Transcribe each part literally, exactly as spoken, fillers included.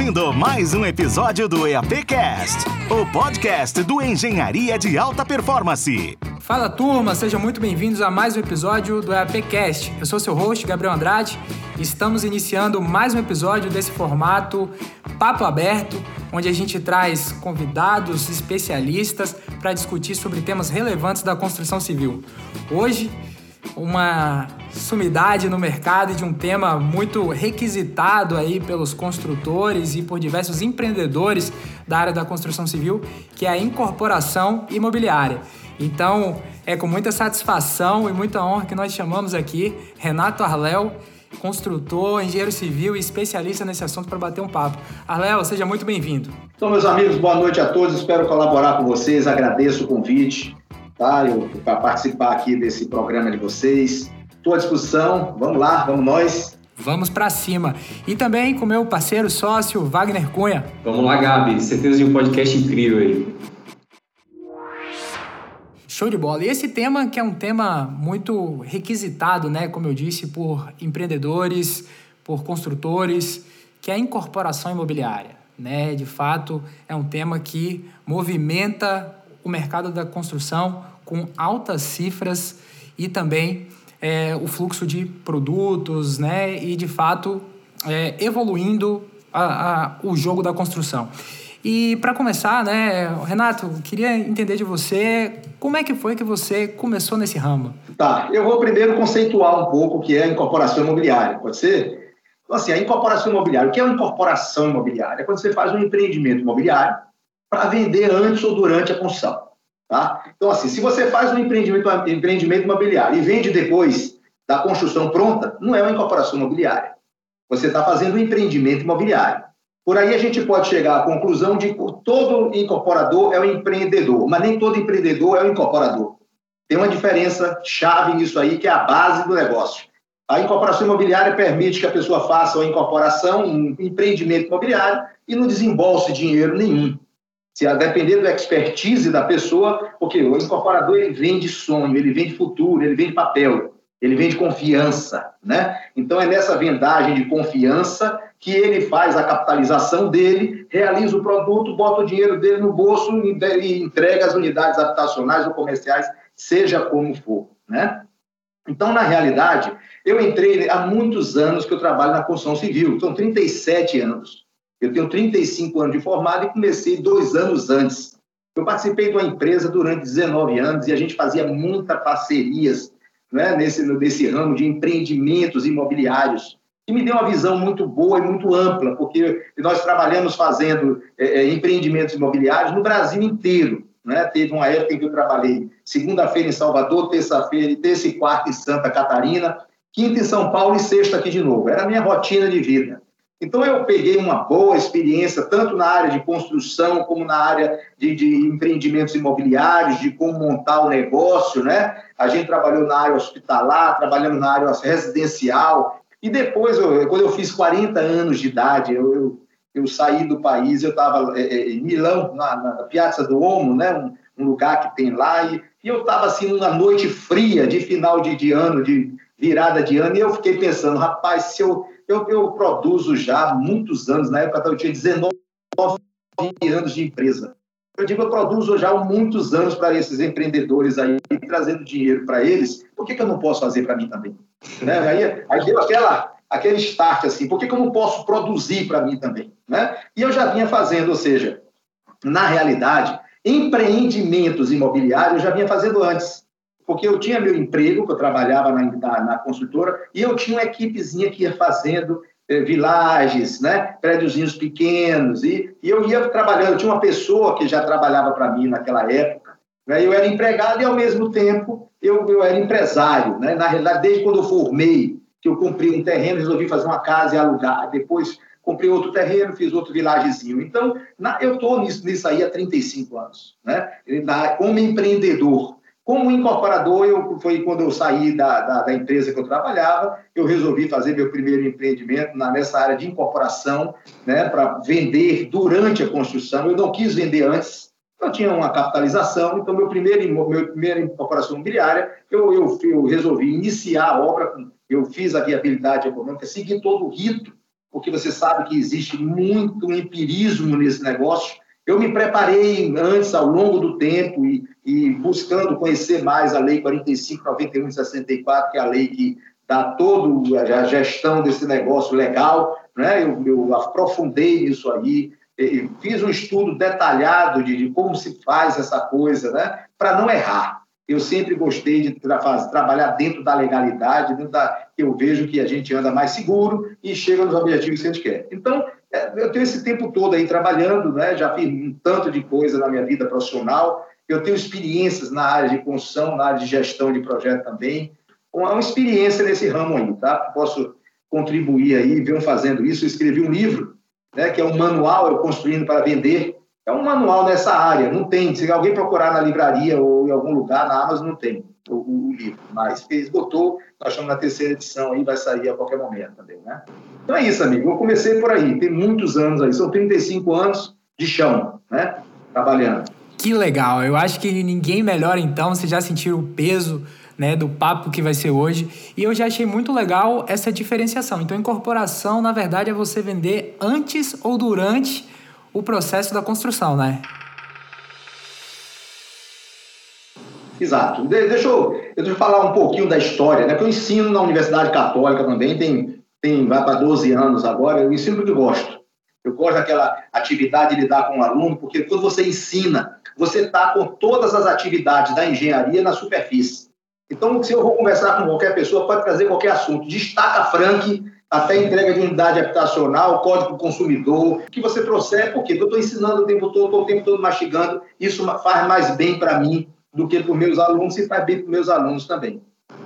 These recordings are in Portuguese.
ouvindo mais um episódio do EAPcast, o podcast do Engenharia de Alta Performance. Fala turma, sejam muito bem-vindos a mais um episódio do EAPcast. Eu sou seu host, Gabriel Andrade, e estamos iniciando mais um episódio desse formato Papo Aberto, onde a gente traz convidados especialistas para discutir sobre temas relevantes da construção civil. Hoje, uma sumidade no mercado de um tema muito requisitado aí pelos construtores e por diversos empreendedores da área da construção civil, que é a incorporação imobiliária. Então, é com muita satisfação e muita honra que nós chamamos aqui Renato Arléu, construtor, engenheiro civil e especialista nesse assunto para bater um papo. Arléu, seja muito bem-vindo. Então, meus amigos, boa noite a todos. Espero colaborar com vocês. Agradeço o convite, tá? Para participar aqui desse programa de vocês. Estou à disposição. Vamos lá, vamos nós. Vamos para cima. E também com meu parceiro sócio, Wagner Cunha. Vamos lá, Gabi. Certeza de um podcast incrível aí. Show de bola. E esse tema que é um tema muito requisitado, né, como eu disse, por empreendedores, por construtores, que é a incorporação imobiliária, né? De fato, é um tema que movimenta o mercado da construção com altas cifras e também é, o fluxo de produtos, né? E, de fato, é, evoluindo a, a, o jogo da construção. E para começar, né, Renato, queria entender de você como é que foi que você começou nesse ramo. Tá, eu vou primeiro conceituar um pouco o que é a incorporação imobiliária, pode ser? Então, assim, a incorporação imobiliária, o que é uma incorporação imobiliária? É quando você faz um empreendimento imobiliário para vender antes ou durante a construção, tá? Então, assim, se você faz um empreendimento, um empreendimento imobiliário e vende depois da construção pronta, não é uma incorporação imobiliária. Você está fazendo um empreendimento imobiliário. Por aí a gente pode chegar à conclusão de que todo incorporador é um empreendedor, mas nem todo empreendedor é um incorporador. Tem uma diferença chave nisso aí, que é a base do negócio. A incorporação imobiliária permite que a pessoa faça uma incorporação, um empreendimento imobiliário e não desembolse dinheiro nenhum. Se a depender da expertise da pessoa, porque o incorporador ele vende sonho, ele vende futuro, ele vende papel, ele vende confiança, né? Então é nessa vendagem de confiança que ele faz a capitalização dele, realiza o produto, bota o dinheiro dele no bolso e entrega as unidades habitacionais ou comerciais, seja como for, né? Então, na realidade, eu entrei há muitos anos que eu trabalho na construção civil, são trinta e sete anos. Eu tenho trinta e cinco anos de formado e comecei dois anos antes. Eu participei de uma empresa durante dezenove anos e a gente fazia muitas parcerias, né, nesse, nesse ramo de empreendimentos imobiliários, que me deu uma visão muito boa e muito ampla, porque nós trabalhamos fazendo é, empreendimentos imobiliários no Brasil inteiro, né? Teve uma época em que eu trabalhei segunda-feira em Salvador, terça-feira, terça e quarta em Santa Catarina, quinta em São Paulo e sexta aqui de novo. Era a minha rotina de vida. Então, eu peguei uma boa experiência, tanto na área de construção, como na área de, de empreendimentos imobiliários, de como montar o negócio, né? A gente trabalhou na área hospitalar, trabalhando na área residencial. E depois, eu, quando eu fiz quarenta anos de idade, eu, eu, eu saí do país, eu estava é, em Milão, na, na Piazza do Duomo, né? um, um lugar que tem lá, e, e eu estava assim, numa noite fria de final de, de ano, de virada de ano, e eu fiquei pensando, rapaz, se eu... Eu, eu produzo já há muitos anos, na época eu tinha dezenove anos de empresa. Eu digo, eu produzo já há muitos anos para esses empreendedores aí, trazendo dinheiro para eles, por que, que eu não posso fazer para mim também? Né? Aí, aí deu aquela, aquele start assim, por que, que eu não posso produzir para mim também? Né? E eu já vinha fazendo, ou seja, na realidade, empreendimentos imobiliários eu já vinha fazendo antes. Porque eu tinha meu emprego, que eu trabalhava na, na, na construtora, e eu tinha uma equipezinha que ia fazendo eh, vilagens, né, prédiozinhos pequenos, e, e eu ia trabalhando. Eu tinha uma pessoa que já trabalhava para mim naquela época, né, eu era empregado e, ao mesmo tempo, eu, eu era empresário. Né? Na realidade, desde quando eu formei, que eu comprei um terreno, resolvi fazer uma casa e alugar. Depois, comprei outro terreno, fiz outro vilagezinho. Então, na, eu estou nisso, nisso aí há trinta e cinco anos, né, na, como empreendedor. Como incorporador, eu, foi quando eu saí da, da, da empresa que eu trabalhava, eu resolvi fazer meu primeiro empreendimento na, nessa área de incorporação, né, para vender durante a construção. Eu não quis vender antes, eu tinha uma capitalização, então meu primeiro, meu primeira incorporação imobiliária, eu, eu, eu resolvi iniciar a obra, eu fiz a viabilidade econômica, segui todo o rito porque você sabe que existe muito empirismo nesse negócio. Eu me preparei antes, ao longo do tempo, e, e buscando conhecer mais a Lei quarenta e cinco, noventa e um e sessenta e quatro, que é a lei que dá toda a gestão desse negócio legal, né? eu, eu aprofundei nisso aí, fiz um estudo detalhado de, de como se faz essa coisa, né? Para não errar. Eu sempre gostei de tra fazer, trabalhar dentro da legalidade, dentro da, eu vejo que a gente anda mais seguro e chega nos objetivos que a gente quer. Então, eu tenho esse tempo todo aí trabalhando, né? Já fiz um tanto de coisa na minha vida profissional, eu tenho experiências na área de construção, na área de gestão de projeto também, uma, uma experiência nesse ramo aí, tá? Posso contribuir aí, venho fazendo isso, eu escrevi um livro, né, que é um manual, eu construindo para vender, é um manual nessa área, não tem, se alguém procurar na livraria ou em algum lugar, na Amazon, não tem o, o, o livro, mas esgotou, nós estamos na terceira edição, aí vai sair a qualquer momento também, né? Então é isso, amigo, eu comecei por aí, tem muitos anos aí, são trinta e cinco anos de chão, né, trabalhando. Que legal, eu acho que ninguém melhor então, vocês já sentiram o peso, né, do papo que vai ser hoje, e eu já achei muito legal essa diferenciação. Então, incorporação, na verdade, é você vender antes ou durante o processo da construção, né? Exato. De, deixa, eu, deixa eu falar um pouquinho da história, né, que eu ensino na Universidade Católica também, tem, tem, vai para doze anos agora, eu ensino porque eu gosto. Eu gosto daquela atividade de lidar com o aluno, porque quando você ensina, você está com todas as atividades da engenharia na superfície. Então, se eu vou conversar com qualquer pessoa, pode trazer qualquer assunto. Destaca Frank, até entrega de unidade habitacional, código do consumidor, que você trouxer, porque eu estou ensinando o tempo todo, estou o tempo todo mastigando, isso faz mais bem para mim do que para os meus alunos e faz bem para os meus alunos também.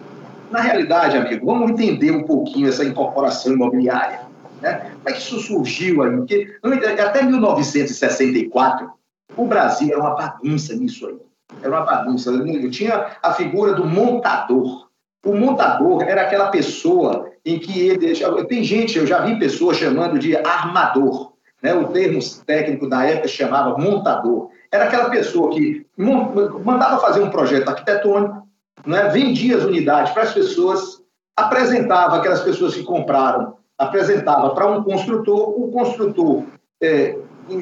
Na realidade, amigo, vamos entender um pouquinho essa incorporação imobiliária, né? Como é que isso surgiu aí? Porque até mil novecentos e sessenta e quatro, o Brasil era uma bagunça nisso aí. Era uma bagunça. Eu tinha a figura do montador. O montador era aquela pessoa em que ele... Tem gente, eu já vi pessoas chamando de armador, né? O termo técnico da época chamava montador. Era aquela pessoa que mandava fazer um projeto arquitetônico, né? Vendia as unidades para as pessoas, apresentava aquelas pessoas que compraram, apresentava para um construtor, o construtor... É,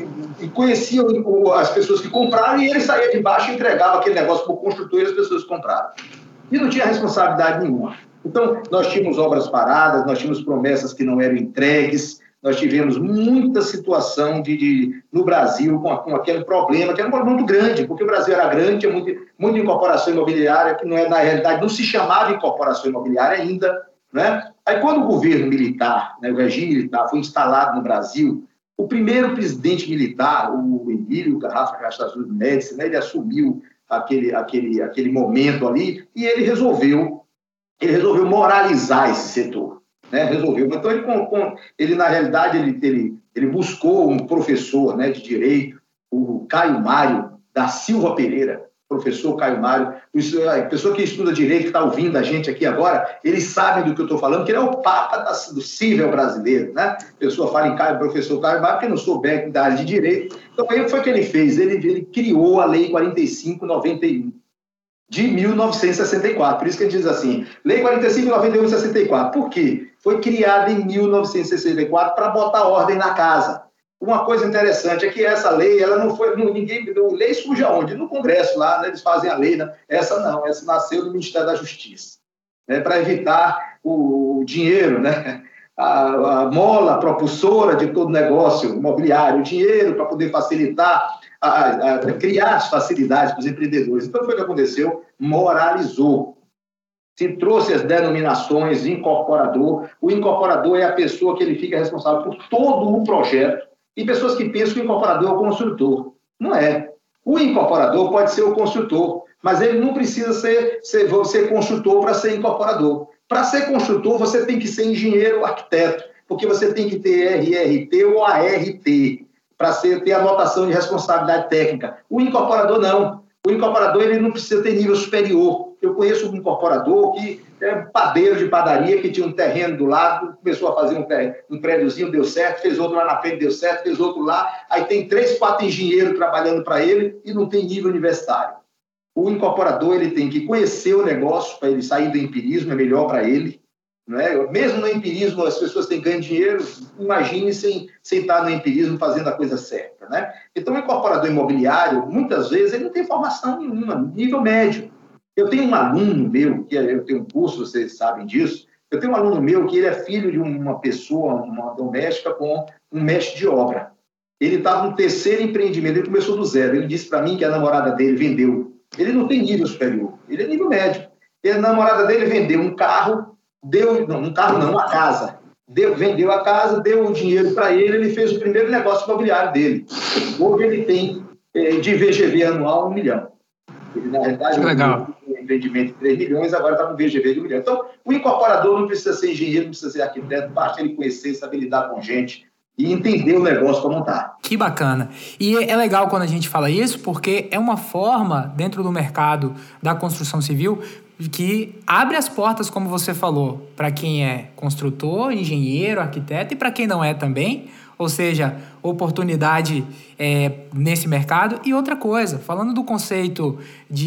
e conhecia as pessoas que compraram e ele saía de baixo e entregava aquele negócio para o construtor e as pessoas compraram. E não tinha responsabilidade nenhuma. Então, nós tínhamos obras paradas, nós tínhamos promessas que não eram entregues, nós tivemos muita situação de, de, no Brasil com, com aquele problema, que era um problema muito grande, porque o Brasil era grande, tinha muita, muita incorporação imobiliária, que não é, na realidade não se chamava incorporação imobiliária ainda, né? Aí, quando o governo militar, né, o regime militar, foi instalado no Brasil, o primeiro presidente militar, o Emílio Garrafa Castro Médici, né, ele assumiu aquele, aquele, aquele momento ali e ele resolveu, ele resolveu moralizar esse setor, né, resolveu. Então, ele, com, com, ele na realidade, ele, ele, ele buscou um professor, né, de direito, o Caio Mário da Silva Pereira, professor Caio Mário, a pessoa que estuda direito, que está ouvindo a gente aqui agora, eles sabem do que eu estou falando, que ele é o papa da, do cível brasileiro, né? A pessoa fala em Caio, professor Caio Mário, porque não sou bem da área de direito. Então, aí o que foi que ele fez? Ele, ele criou a Lei quarenta e cinco, noventa e um, de mil novecentos e sessenta e quatro. Por isso que ele diz assim, Lei quarenta e cinco, noventa e um e sessenta e quatro. Por quê? Foi criada em mil novecentos e sessenta e quatro para botar ordem na casa. Uma coisa interessante é que essa lei, ela não foi, não, ninguém, a lei surge aonde? No Congresso lá, né, eles fazem a lei, né? Essa não, essa nasceu do Ministério da Justiça, né, para evitar o, o dinheiro, né, a, a mola propulsora de todo negócio imobiliário, o dinheiro para poder facilitar, a, a, a, criar as facilidades para os empreendedores. Então, foi o que aconteceu, moralizou. Se trouxe as denominações de incorporador, o incorporador é a pessoa que ele fica responsável por todo o projeto. E pessoas que pensam que o incorporador é o construtor. Não é. O incorporador pode ser o construtor, mas ele não precisa ser, ser, ser construtor para ser incorporador. Para ser construtor, você tem que ser engenheiro ou arquiteto, porque você tem que ter R R T ou A R T, para ter a anotação de responsabilidade técnica. O incorporador não. O incorporador ele não precisa ter nível superior. Eu conheço um incorporador que é um padeiro de padaria, que tinha um terreno do lado, começou a fazer um, um prédiozinho, deu certo, fez outro lá na frente, deu certo, fez outro lá, aí tem três, quatro engenheiros trabalhando para ele e não tem nível universitário. O incorporador ele tem que conhecer o negócio para ele sair do empirismo, é melhor para ele, Não é? Mesmo no empirismo, as pessoas têm ganho dinheiro, imagine sem, sem estar no empirismo fazendo a coisa certa. Né? Então, o incorporador imobiliário, muitas vezes, ele não tem formação nenhuma, nível médio. Eu tenho um aluno meu, que eu tenho um curso, vocês sabem disso, eu tenho um aluno meu que ele é filho de uma pessoa, uma doméstica, com um mestre de obra. Ele estava no terceiro empreendimento, ele começou do zero. Ele disse para mim que a namorada dele vendeu. Ele não tem nível superior, ele é nível médio. E a namorada dele vendeu um carro, deu, não, um carro não, uma casa. Deu, vendeu a casa, deu o dinheiro para ele, ele fez o primeiro negócio imobiliário dele. Hoje ele tem de V G V anual um milhão. Ele, na realidade, legal. Um empreendimento de três milhões, agora está com V G V de um milhão. Então, o incorporador não precisa ser engenheiro, não precisa ser arquiteto, basta ele conhecer, saber lidar com gente e entender o negócio como está. Que bacana. E é legal quando a gente fala isso, porque é uma forma, dentro do mercado da construção civil, que abre as portas, como você falou, para quem é construtor, engenheiro, arquiteto e para quem não é também, ou seja, oportunidade é, nesse mercado. E outra coisa, falando do conceito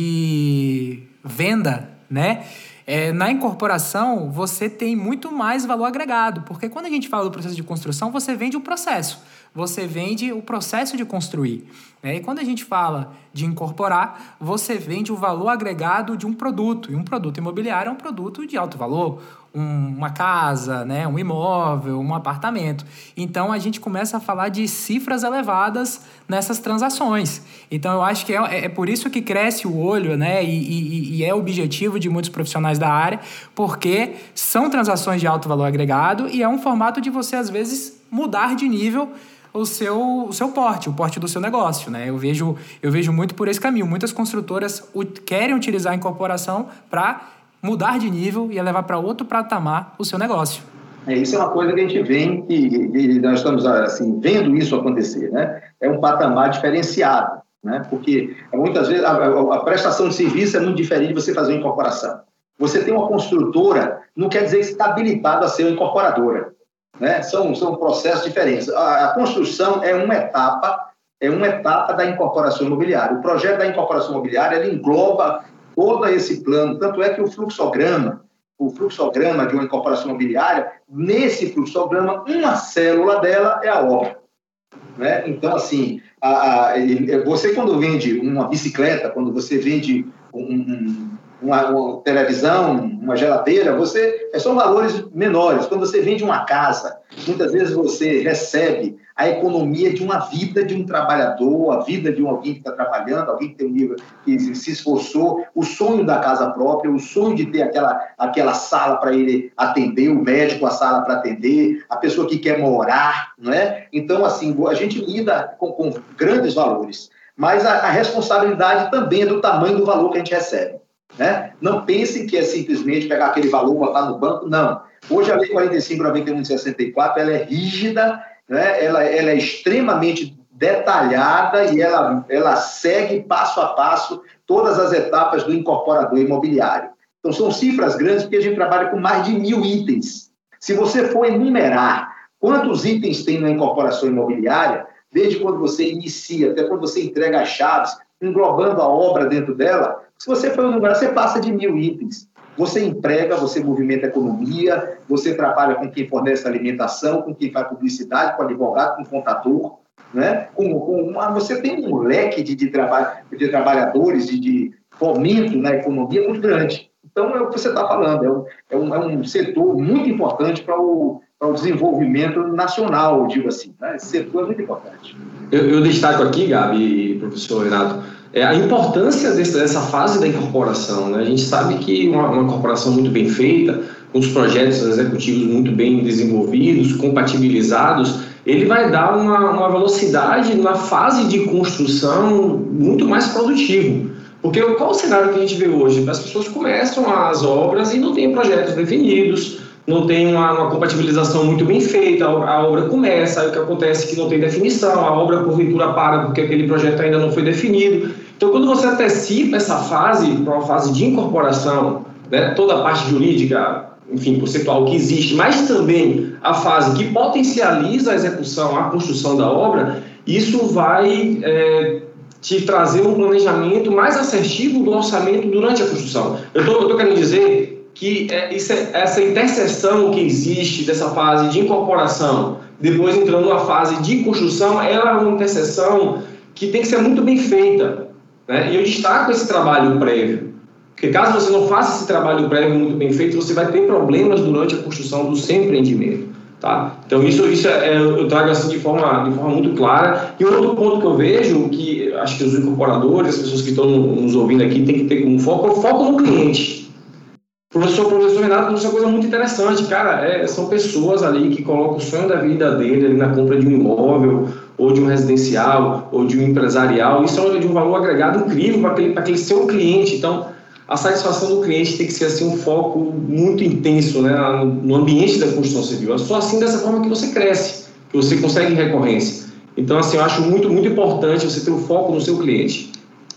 de venda, né? É, na incorporação, você tem muito mais valor agregado, porque quando a gente fala do processo de construção, você vende o processo, você vende o processo de construir. Né? E quando a gente fala de incorporar, você vende o valor agregado de um produto, e um produto imobiliário é um produto de alto valor, um, uma casa, né? Um imóvel, um apartamento. Então, a gente começa a falar de cifras elevadas nessas transações. Então, eu acho que é, é por isso que cresce o olho, né? E, e, e é o objetivo de muitos profissionais da área, porque são transações de alto valor agregado e é um formato de você, às vezes, mudar de nível o seu, o seu porte, o porte do seu negócio, né? Eu vejo, eu vejo muito por esse caminho. Muitas construtoras u- querem utilizar a incorporação para mudar de nível e levar para outro patamar o seu negócio. É, isso é uma coisa que a gente vê, que, que nós estamos assim, vendo isso acontecer, né? É um patamar diferenciado, né? Porque muitas vezes a, a, a prestação de serviço é muito diferente de você fazer uma incorporação. Você tem uma construtora, não quer dizer que você está habilitado a ser uma incorporadora. Né? São, são processos diferentes. A, a construção é uma etapa, é uma etapa da incorporação imobiliária. O projeto da incorporação imobiliária ele engloba todo esse plano, tanto é que o fluxograma, o fluxograma de uma incorporação imobiliária, nesse fluxograma, uma célula dela é a obra. Né? Então, assim, a, a, você quando vende uma bicicleta, quando você vende um, um Uma, uma televisão, uma geladeira, você, são valores menores. Quando você vende uma casa, muitas vezes você recebe a economia de uma vida de um trabalhador, a vida de um, alguém que está trabalhando, alguém que tem um nível, que se esforçou, o sonho da casa própria, o sonho de ter aquela, aquela sala para ele atender, o médico, a sala para atender, a pessoa que quer morar, não é? Então, assim, a gente lida com, com grandes valores, mas a, a responsabilidade também é do tamanho do valor que a gente recebe. Né? Não pensem que é simplesmente pegar aquele valor, botar no banco, não. Hoje a Lei quarenta e cinco, noventa e um de sessenta e quatro, ela é rígida, né? ela, ela é extremamente detalhada e ela, ela segue passo a passo todas as etapas do incorporador imobiliário. Então são cifras grandes porque a gente trabalha com mais de mil itens. Se você for enumerar quantos itens tem na incorporação imobiliária, desde quando você inicia até quando você entrega as chaves, englobando a obra dentro dela, se você for enumerar, você passa de mil itens. Você emprega, você movimenta a economia, você trabalha com quem fornece alimentação, com quem faz publicidade, com advogado, com contador. Né? Com, com uma, você tem um leque de, de, traba, de trabalhadores e de, de fomento na economia muito grande. Então, é o que você está falando, é um, é, um, é um setor muito importante para o, para o desenvolvimento nacional, eu digo assim. Né? Esse setor é muito importante. Eu, eu destaco aqui, Gabi e professor Renato, é a importância desse, dessa fase da incorporação. Né? A gente sabe que uma, uma incorporação muito bem feita, com os projetos executivos muito bem desenvolvidos, compatibilizados, ele vai dar uma, uma velocidade na fase de construção muito mais produtivo. Porque qual o cenário que a gente vê hoje? As pessoas começam as obras e não tem projetos definidos, não tem uma, uma compatibilização muito bem feita, a, a obra começa, aí o que acontece é que não tem definição, a obra porventura para porque aquele projeto ainda não foi definido. Então, quando você antecipa essa fase para uma fase de incorporação, né, toda a parte jurídica, enfim, conceitual que existe, mas também a fase que potencializa a execução, a construção da obra, isso vai é, te trazer um planejamento mais assertivo do orçamento durante a construção. Eu estou querendo dizer que é, isso é, essa interseção que existe dessa fase de incorporação, depois entrando na fase de construção, ela é uma interseção que tem que ser muito bem feita, né? E eu destaco esse trabalho prévio, porque caso você não faça esse trabalho prévio muito bem feito, você vai ter problemas durante a construção do seu empreendimento, tá? Então isso, isso é, eu trago assim de forma, de forma muito clara. E outro ponto que eu vejo, que acho que os incorporadores, as pessoas que estão nos ouvindo aqui, tem que ter como foco, é o foco no cliente. O professor, professor Renato trouxe uma coisa muito interessante, cara, é, são pessoas ali que colocam o sonho da vida dele ali na compra de um imóvel, ou de um residencial, ou de um empresarial. Isso é de um valor agregado incrível para aquele, para aquele seu cliente. Então, a satisfação do cliente tem que ser assim, um foco muito intenso, né, no ambiente da construção civil. É só assim, dessa forma que você cresce, que você consegue recorrência. Então, assim, eu acho muito, muito importante você ter o foco no seu cliente.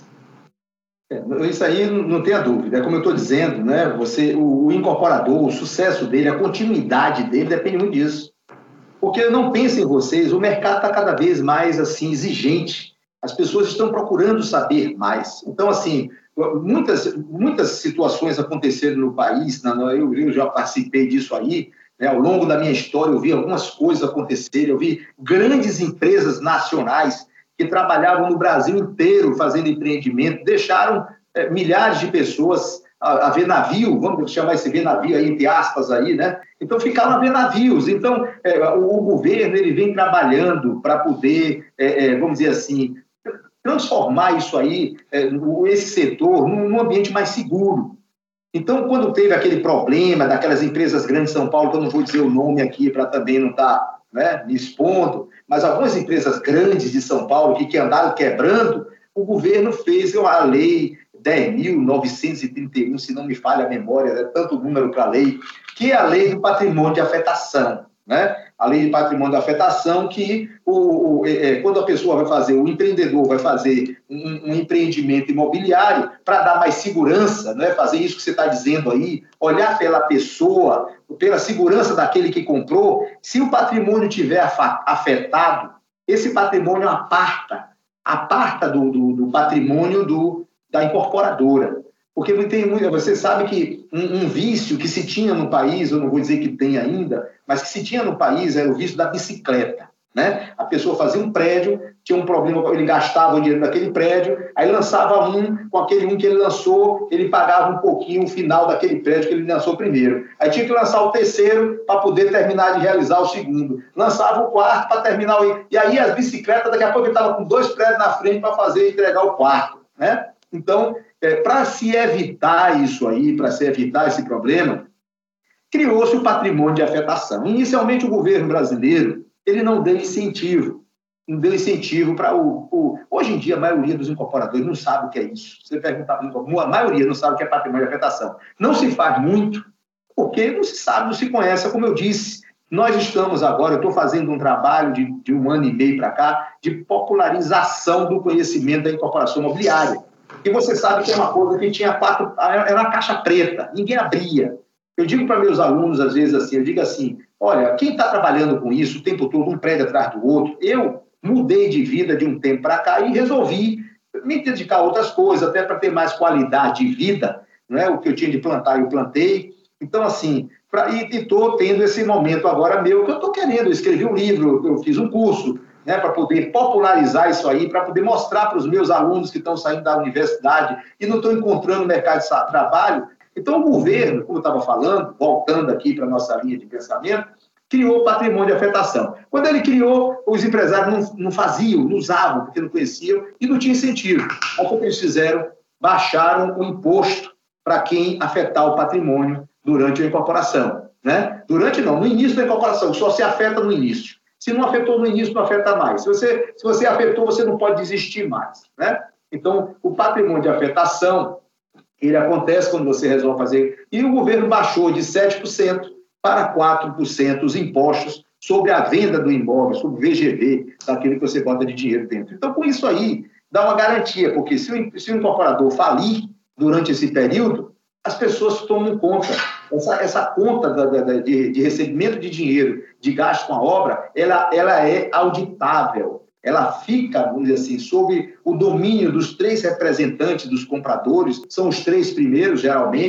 É, isso aí não tenha dúvida, é como eu estou dizendo, né? Você, o, o incorporador, o sucesso dele, a continuidade dele depende muito disso. Porque não pensem vocês, o mercado está cada vez mais assim, exigente, as pessoas estão procurando saber mais. Então, assim, muitas, muitas situações aconteceram no país, eu, eu já participei disso aí, né? Ao longo da minha história eu vi algumas coisas acontecerem, eu vi grandes empresas nacionais que trabalhavam no Brasil inteiro fazendo empreendimento, deixaram é, milhares de pessoas a, a ver navio, vamos chamar esse ver navio aí, entre aspas, aí, né? Então, ficaram a ver navios. Então, é, o, o governo ele vem trabalhando para poder, é, é, vamos dizer assim, transformar isso aí, é, esse setor, num, num ambiente mais seguro. Então, quando teve aquele problema daquelas empresas grandes de São Paulo, que eu não vou dizer o nome aqui para também não estar... Tá, né, me expondo, mas algumas empresas grandes de São Paulo que, que andaram quebrando, o governo fez a lei dez mil novecentos e trinta e um, se não me falha a memória, é tanto número para a lei, que é a lei do patrimônio de afetação, né? A lei de patrimônio de afetação que, o, o, é, quando a pessoa vai fazer, o empreendedor vai fazer um, um empreendimento imobiliário para dar mais segurança, né? Fazer isso que você está dizendo aí, olhar pela pessoa, pela segurança daquele que comprou, se o patrimônio tiver afetado, esse patrimônio aparta, aparta do, do, do patrimônio do, da incorporadora. Porque tem muito, você sabe que um, um vício que se tinha no país, eu não vou dizer que tem ainda, mas que se tinha no país era o vício da bicicleta, né? A pessoa fazia um prédio, tinha um problema, ele gastava o dinheiro daquele prédio, aí lançava um, com aquele um que ele lançou, ele pagava um pouquinho o final daquele prédio que ele lançou primeiro. Aí tinha que lançar o terceiro para poder terminar de realizar o segundo. Lançava o quarto para terminar o... E aí as bicicletas, daqui a pouco ele estava com dois prédios na frente para fazer entregar o quarto, né? Então, é, para se evitar isso aí, para se evitar esse problema, criou-se o patrimônio de afetação. Inicialmente, o governo brasileiro ele não deu incentivo, não deu incentivo para o, o... Hoje em dia, a maioria dos incorporadores não sabe o que é isso. Você pergunta, a maioria não sabe o que é patrimônio de afetação. Não se faz muito, porque não se sabe, não se conhece, como eu disse. Nós estamos agora, eu estou fazendo um trabalho de, de um ano e meio para cá, de popularização do conhecimento da incorporação imobiliária. E você sabe que é uma coisa que tinha quatro... Era uma caixa preta, ninguém abria. Eu digo para meus alunos, às vezes, assim, eu digo assim, olha, quem está trabalhando com isso o tempo todo, um prédio atrás do outro, eu mudei de vida de um tempo para cá e resolvi me dedicar a outras coisas, até para ter mais qualidade de vida, né? O que eu tinha de plantar, eu plantei. Então, assim, pra, e estou tendo esse momento agora meu, que eu estou querendo, eu escrevi um livro, eu fiz um curso, né, para poder popularizar isso aí, para poder mostrar para os meus alunos que estão saindo da universidade e não estão encontrando o mercado de trabalho. Então, o governo, como eu estava falando, voltando aqui para a nossa linha de pensamento, criou o patrimônio de afetação. Quando ele criou, os empresários não, não faziam, não usavam, porque não conheciam e não tinha incentivo. Aí, o que eles fizeram? Baixaram o imposto para quem afetar o patrimônio durante a incorporação, né? Durante não, no início da incorporação, só se afeta no início. Se não afetou no início, não afeta mais. Se você, se você afetou, você não pode desistir mais, né? Então, o patrimônio de afetação, ele acontece quando você resolve fazer... E o governo baixou de sete por cento para quatro por cento os impostos sobre a venda do imóvel, sobre o V G V, daquilo que você bota de dinheiro dentro. Então, com isso aí, dá uma garantia, porque se o, se o incorporador falir durante esse período, as pessoas tomam conta. Essa, essa conta da, da, de, de recebimento de dinheiro, de gasto com a obra, ela, ela é auditável. Ela fica, vamos dizer assim, sob o domínio dos três representantes dos compradores, são os três primeiros, geralmente,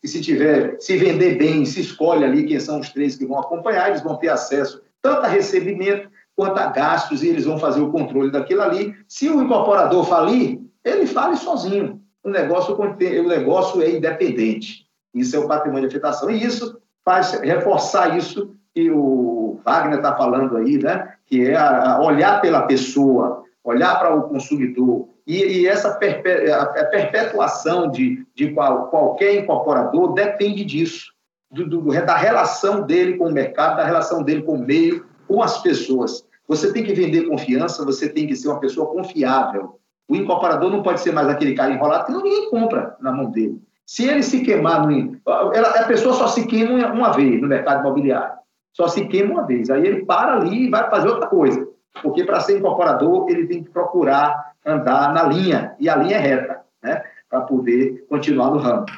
e se tiver, se vender bem, se escolhe ali quem são os três que vão acompanhar, eles vão ter acesso tanto a recebimento quanto a gastos, e eles vão fazer o controle daquilo ali. Se o incorporador falir, ele fale sozinho. O negócio, o negócio é independente. Isso é o patrimônio de afetação. E isso faz reforçar isso que o Wagner está falando aí, né? Que é a, a olhar pela pessoa, olhar para o consumidor. E, e essa perpe, a, a perpetuação de, de qual, qualquer incorporador depende disso, do, do, da relação dele com o mercado, da relação dele com o meio, com as pessoas. Você tem que vender confiança, você tem que ser uma pessoa confiável. O incorporador não pode ser mais aquele cara enrolado que ninguém compra na mão dele. Se ele se queimar, no, a pessoa só se queima uma vez no mercado imobiliário. Só se queima uma vez. Aí ele para ali e vai fazer outra coisa. Porque para ser incorporador, ele tem que procurar andar na linha. E a linha é reta, né? Para poder continuar no ramo.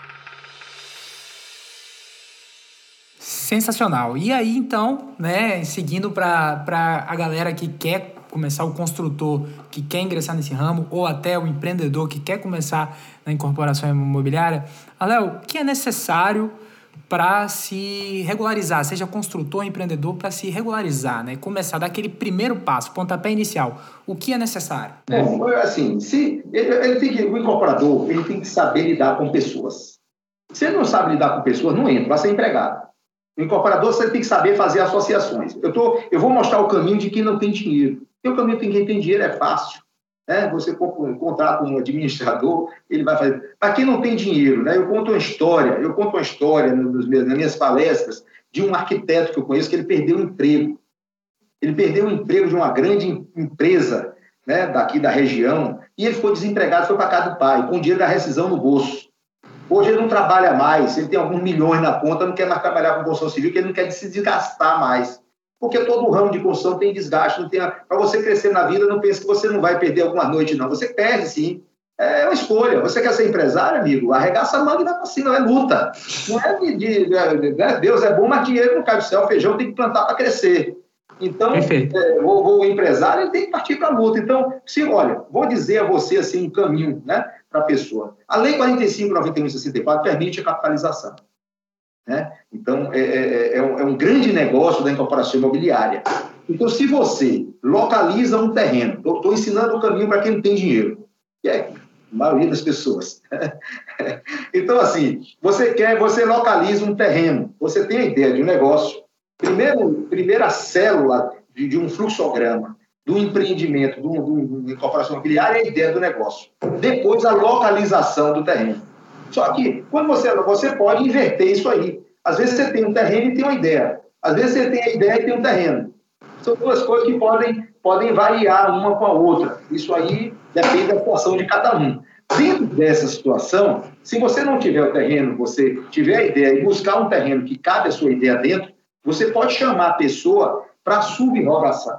Sensacional. E aí, então, né, seguindo para a galera que quer começar, o construtor que quer ingressar nesse ramo, ou até o empreendedor que quer começar na incorporação imobiliária, Léo, o que é necessário para se regularizar, seja construtor ou empreendedor, para se regularizar, né? Começar, dar aquele primeiro passo, pontapé inicial. O que é necessário? Bom, assim, se, ele, ele tem que, o incorporador ele tem que saber lidar com pessoas. Se ele não sabe lidar com pessoas, não entra, vai ser empregado. O incorporador você tem que saber fazer associações. Eu, tô, eu vou mostrar o caminho de quem não tem dinheiro. Porque o caminho de quem tem dinheiro é fácil. Né? Você contrata um administrador, ele vai fazer. Para quem não tem dinheiro, né? Eu conto uma história, eu conto uma história nos meus, nas minhas palestras de um arquiteto que eu conheço que ele perdeu o emprego. Ele perdeu o emprego de uma grande empresa, né, daqui da região, e ele ficou desempregado, foi para casa do pai, com o dinheiro da rescisão no bolso. Hoje ele não trabalha mais, ele tem alguns milhões na conta, não quer mais trabalhar com construção civil, porque ele não quer se desgastar mais. Porque todo o ramo de construção tem desgaste. Não tem a... Para você crescer na vida, não pense que você não vai perder alguma noite, não. Você perde, sim. É uma escolha. Você quer ser empresário, amigo? Arregaça a manga e vai para cima, é luta. Não é de, de, de, de... Deus é bom, mas dinheiro não cai do céu. Feijão tem que plantar para crescer. Então, é, o, o empresário ele tem que partir para a luta. Então, se, olha, vou dizer a você assim, um caminho, né, para a pessoa. A Lei quarenta e cinco, noventa e um, sessenta e quatro permite a capitalização. Né? Então, é, é, é, um, é um grande negócio da incorporação imobiliária. Então, se você localiza um terreno, estou ensinando o caminho para quem não tem dinheiro, que é a maioria das pessoas. Então, assim, você quer, você localiza um terreno, você tem a ideia de um negócio, primeiro, primeira célula de, de um fluxograma, do empreendimento, de uma incorporação imobiliária, é a ideia do negócio. Depois, a localização do terreno. Só que, quando você, você pode inverter isso aí. Às vezes você tem um terreno e tem uma ideia. Às vezes você tem a ideia e tem um terreno. São duas coisas que podem, podem variar uma com a outra. Isso aí depende da situação de cada um. Dentro dessa situação, se você não tiver o terreno, você tiver a ideia e buscar um terreno que cabe a sua ideia dentro, você pode chamar a pessoa para subrogação.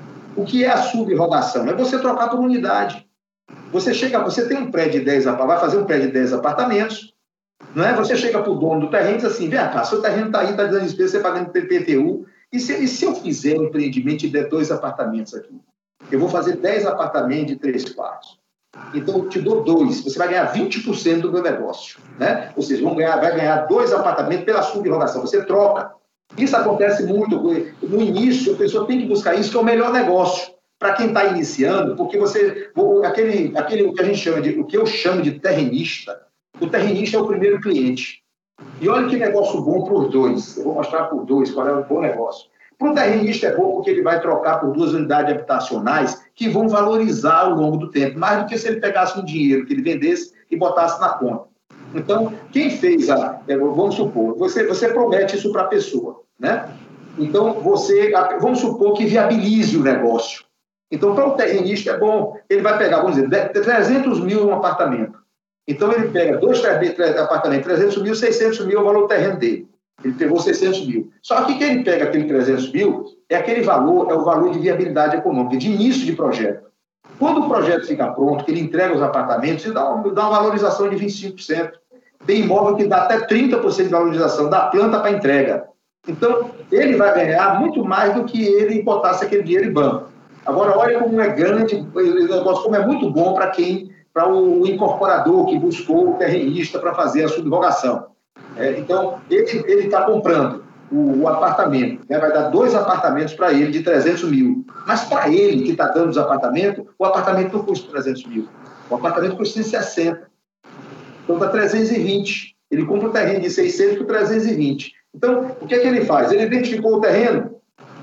O que é a subrogação? É você trocar por unidade. Você chega, você tem um prédio de dez apartamentos, vai fazer um prédio de dez apartamentos, não é? Você chega para o dono do terreno e diz assim, vem cá, seu terreno está aí, está dando despesa, você pagando P T U, e se, e se eu fizer um empreendimento e der dois apartamentos aqui? Eu vou fazer dez apartamentos de três quartos. Então, eu te dou dois, você vai ganhar vinte por cento do meu negócio, né? Ou seja, vão ganhar, vai ganhar dois apartamentos pela subrogação, você troca. Isso acontece muito, no início a pessoa tem que buscar isso, que é o melhor negócio. Para quem está iniciando, porque você, aquele, aquele o que a gente chama de, o que eu chamo de terrenista, o terrenista é o primeiro cliente. E olha que negócio bom para os dois. Eu vou mostrar por dois qual é o bom negócio. Para o terrenista é bom porque ele vai trocar por duas unidades habitacionais que vão valorizar ao longo do tempo, mais do que se ele pegasse um dinheiro que ele vendesse e botasse na conta. Então, quem fez a, vamos supor, você, você promete isso para a pessoa, né? Então, você, vamos supor que viabilize o negócio. Então, para o terrenista é bom, ele vai pegar, vamos dizer, trezentos mil um apartamento. Então, ele pega dois apartamentos, trezentos mil, seiscentos mil é o valor do terreno dele. Ele pegou seiscentos mil. Só que quem ele pega aquele trezentos mil é aquele valor, é o valor de viabilidade econômica, de início de projeto. Quando o projeto fica pronto, que ele entrega os apartamentos, ele dá uma, dá uma valorização de vinte e cinco por cento. Tem imóvel que dá até trinta por cento de valorização, da planta para entrega. Então, ele vai ganhar muito mais do que ele botasse aquele dinheiro em banco. Agora, olha como é grande, o negócio como é muito bom para quem, para o incorporador que buscou o terrenista para fazer a subrogação. É, então, ele está comprando o, o apartamento, né? Vai dar dois apartamentos para ele de trezentos mil. Mas para ele, que está dando os apartamentos, o apartamento não custa trezentos mil. O apartamento custa cento e sessenta. Então, dá trezentos e vinte. Ele compra o terreno de seiscentos por trezentos e vinte. Então, o que é que ele faz? Ele identificou o terreno,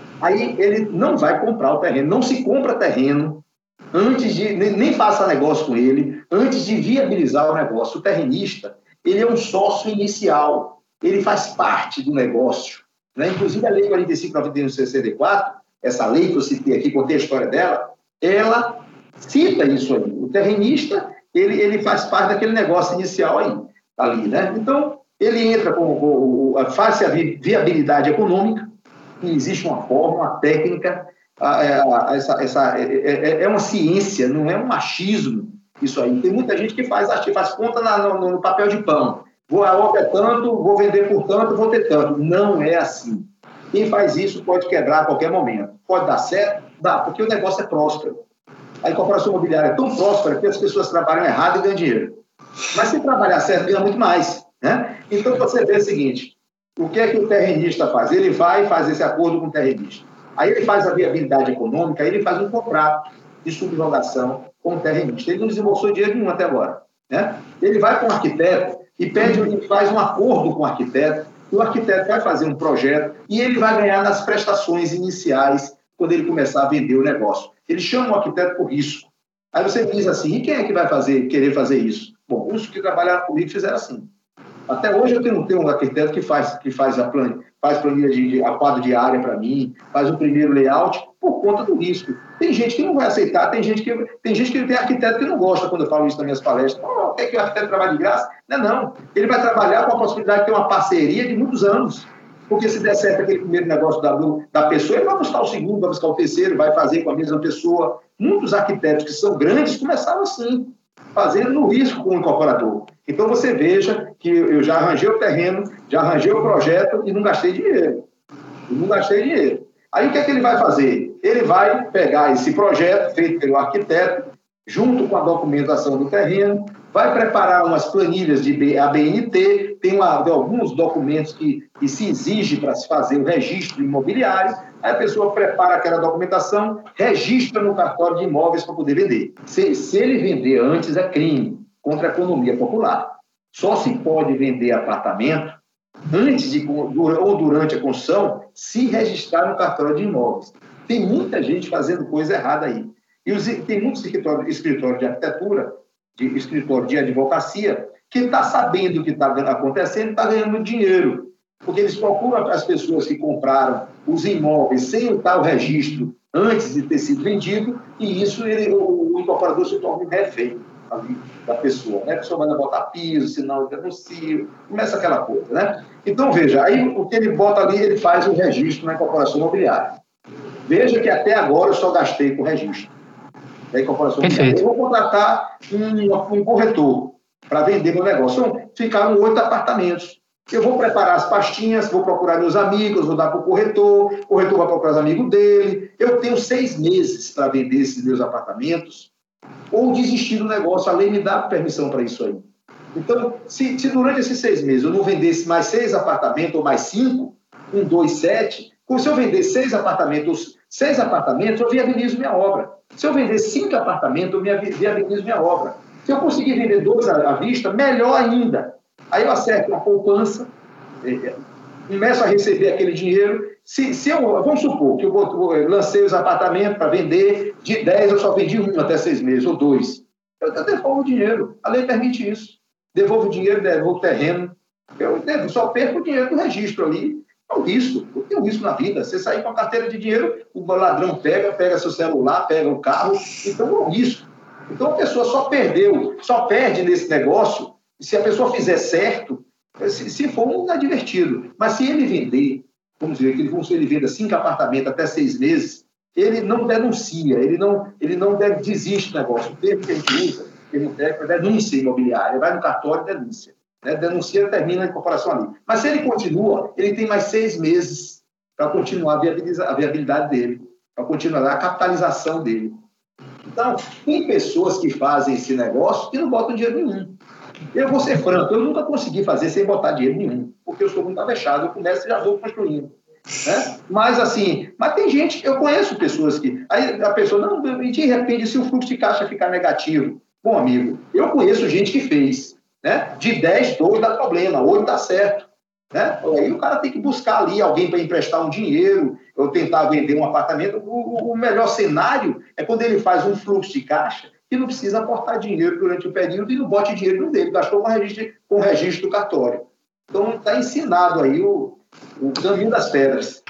aí ele não vai comprar o terreno. Não se compra terreno antes de... Nem, nem faça negócio com ele, antes de viabilizar o negócio. O terrenista, ele é um sócio inicial. Ele faz parte do negócio, né? Inclusive, a Lei quarenta e cinco mil novecentos e sessenta e quatro, essa lei que eu citei aqui, contei a história dela, ela cita isso aí. O terrenista, ele, ele faz parte daquele negócio inicial aí, ali, né? Então, ele entra com, com, com faz a viabilidade econômica, e existe uma forma, uma técnica, a, a, a, essa, essa, é, é uma ciência, não é um machismo isso aí. Tem muita gente que faz, faz conta na, no, no papel de pão. Vou, a obra é tanto, vou vender por tanto, vou ter tanto. Não é assim. Quem faz isso pode quebrar a qualquer momento. Pode dar certo? Dá, porque o negócio é próspero. A incorporação imobiliária é tão próspera que as pessoas trabalham errado e ganham dinheiro. Mas se trabalhar certo, ganha muito mais, né? Então, você vê o seguinte, o que é que o terrenista faz? Ele vai fazer esse acordo com o terrenista. Aí ele faz a viabilidade econômica, aí ele faz um contrato de subrogação com o terrenista. Ele não desembolsou dinheiro nenhum até agora, né? Ele vai com o arquiteto e pede, ele faz um acordo com o arquiteto, e o arquiteto vai fazer um projeto e ele vai ganhar nas prestações iniciais quando ele começar a vender o negócio. Ele chama o arquiteto por risco. Aí você diz assim, e quem é que vai fazer, querer fazer isso? Bom, os que trabalharam comigo fizeram assim. Até hoje eu tenho, tenho um arquiteto que faz, que faz, a plan, faz planilha de, de a quadro de área para mim, faz o primeiro layout por conta do risco. Tem gente que não vai aceitar, tem gente que tem, gente que tem arquiteto que não gosta quando eu falo isso nas minhas palestras. Oh, quer que o arquiteto trabalhe de graça? Não, não. Ele vai trabalhar com a possibilidade de ter uma parceria de muitos anos. Porque se der certo aquele primeiro negócio da, da pessoa, ele vai buscar o segundo, vai buscar o terceiro, vai fazer com a mesma pessoa. Muitos arquitetos que são grandes começaram assim, fazendo no risco com o incorporador. Então você veja que eu já arranjei o terreno, já arranjei o projeto e não gastei dinheiro. E não gastei dinheiro. Aí o que é que ele vai fazer? Ele vai pegar esse projeto feito pelo arquiteto, junto com a documentação do terreno, vai preparar umas planilhas de A B N T, tem uma, alguns documentos que, que se exige para se fazer o registro imobiliário, aí a pessoa prepara aquela documentação, registra no cartório de imóveis para poder vender. Se, se ele vender antes, é crime contra a economia popular. Só se pode vender apartamento antes de, ou durante a construção, se registrar no cartório de imóveis. Tem muita gente fazendo coisa errada aí. E os, tem muitos escritórios, escritórios de arquitetura, de escritório de advocacia, que está sabendo o que está acontecendo e está ganhando dinheiro. Porque eles procuram as pessoas que compraram os imóveis sem o tal registro antes de ter sido vendido, e isso ele, o, o incorporador se torna um refém ali da pessoa, né? A pessoa manda botar piso, senão denuncia, começa aquela coisa, né? Então, veja, aí o que ele bota ali, ele faz o registro na incorporação imobiliária. Veja que até agora eu só gastei com registro da incorporação imobiliária. Eu vou contratar um, um corretor para vender meu negócio. Então, ficaram oito apartamentos. Eu vou preparar as pastinhas, vou procurar meus amigos, vou dar para o corretor, o corretor vai procurar os amigos dele. Eu tenho seis meses para vender esses meus apartamentos ou desistir do negócio. A lei me dá permissão para isso aí. Então, se, se durante esses seis meses eu não vendesse mais seis apartamentos ou mais cinco, um, dois, sete, se eu vender seis apartamentos, seis apartamentos, eu viabilizo minha obra. Se eu vender cinco apartamentos, eu viabilizo minha obra. Se eu conseguir vender dois à vista, melhor ainda. Aí eu acerto uma poupança, começo a receber aquele dinheiro. Se, se eu, vamos supor que eu, vou, eu lancei os apartamentos para vender, de dez eu só vendi um até seis meses, ou dois. Eu devolvo o dinheiro. A lei permite isso. Devolvo o dinheiro, devolvo o terreno. Eu só perco o dinheiro do registro ali. É um risco. Tem um risco na vida. Você sair com a carteira de dinheiro, o ladrão pega, pega seu celular, pega o carro. Então é um risco. Então a pessoa só perdeu, só perde nesse negócio se a pessoa fizer certo, se, se for um inadvertido. Mas se ele vender, vamos dizer que ele, ele venda cinco apartamentos até seis meses, ele não denuncia, ele não, ele não desiste do negócio. O termo que a gente usa, termo técnico, é denúncia imobiliária. Ele vai no cartório e denúncia. Né? Denuncia, termina a incorporação ali. Mas se ele continua, ele tem mais seis meses para continuar a, viabilizar, a viabilidade dele, para continuar a capitalização dele. Então, tem pessoas que fazem esse negócio e não botam dinheiro nenhum. Eu vou ser franco, eu nunca consegui fazer sem botar dinheiro nenhum, porque eu sou muito avexado, eu começo e já vou construindo. Né? Mas assim, mas tem gente, eu conheço pessoas que, aí a pessoa, não, e de repente se o fluxo de caixa ficar negativo, bom amigo, eu conheço gente que fez, né? De dez, dois dá problema, oito dá certo, né? Aí o cara tem que buscar ali alguém para emprestar um dinheiro, ou tentar vender um apartamento. O, o melhor cenário é quando ele faz um fluxo de caixa e não precisa aportar dinheiro durante o período e não bote dinheiro no dele, gastou com o registro, com o registro do cartório. Então está ensinado aí o O caminho das pedras.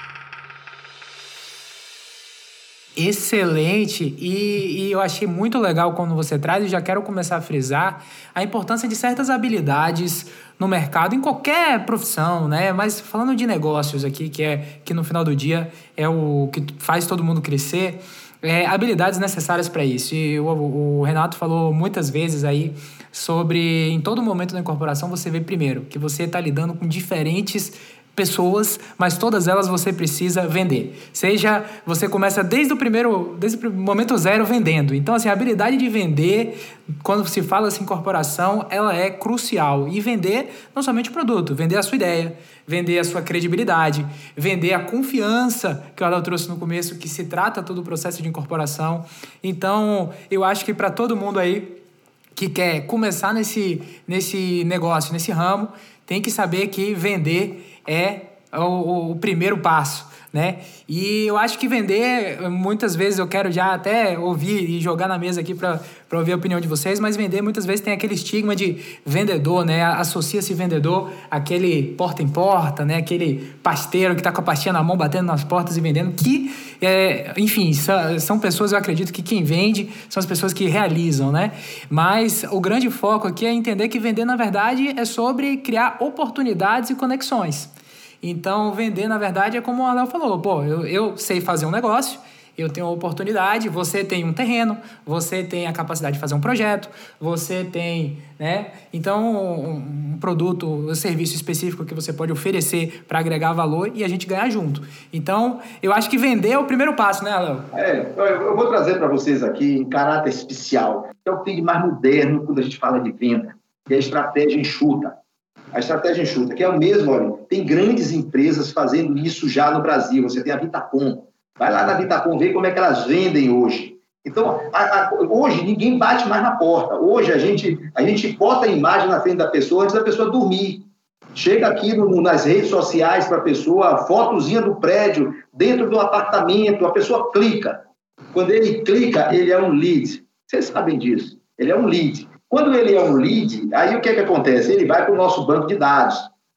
Excelente, e, e eu achei muito legal quando você traz, e já quero começar a frisar a importância de certas habilidades no mercado, em qualquer profissão, né? Mas falando de negócios aqui, que, é, que no final do dia é o que faz todo mundo crescer, é, habilidades necessárias para isso. E o, o Renato falou muitas vezes aí sobre, em todo momento da incorporação, você vê primeiro que você está lidando com diferentes pessoas, mas todas elas você precisa vender. Seja, você começa desde o primeiro, desde o momento zero vendendo. Então, assim, a habilidade de vender, quando se fala assim, incorporação, ela é crucial. E vender não somente o produto, vender a sua ideia, vender a sua credibilidade, vender a confiança que o Adel trouxe no começo, que se trata todo o processo de incorporação. Então, eu acho que para todo mundo aí que quer começar nesse, nesse negócio, nesse ramo, tem que saber que vender é o, o primeiro passo, né? E eu acho que vender, muitas vezes eu quero já até ouvir e jogar na mesa aqui para ouvir a opinião de vocês, mas vender muitas vezes tem aquele estigma de vendedor, né? Associa-se vendedor àquele porta em porta, né? Aquele pasteiro que está com a pastinha na mão, batendo nas portas e vendendo, que, é, enfim, são, são pessoas, eu acredito que quem vende são as pessoas que realizam, né? Mas o grande foco aqui é entender que vender, na verdade, é sobre criar oportunidades e conexões. Então, vender, na verdade, é como o Adel falou. Pô, eu, eu sei fazer um negócio, eu tenho uma oportunidade, você tem um terreno, você tem a capacidade de fazer um projeto, você tem, né? Então, um, um produto, um serviço específico que você pode oferecer para agregar valor e a gente ganhar junto. Então, eu acho que vender é o primeiro passo, né, Adel? É, eu vou trazer para vocês aqui, em caráter especial, que é o que tem de mais moderno quando a gente fala de venda, que é a estratégia enxuta. A estratégia enxuta, que é o mesmo, olha, tem grandes empresas fazendo isso já no Brasil. Você tem a Vitacom. Vai lá na Vitacom ver como é que elas vendem hoje. Então, a, a, hoje ninguém bate mais na porta. Hoje a gente, a gente bota a imagem na frente da pessoa antes da pessoa dormir. Chega aqui no, nas redes sociais para a pessoa, a fotozinha do prédio, dentro do apartamento, a pessoa clica. Quando ele clica, ele é um lead. Vocês sabem disso. Ele é um lead. Quando ele é um lead, aí o que é que acontece? Ele vai para o nosso banco de dados.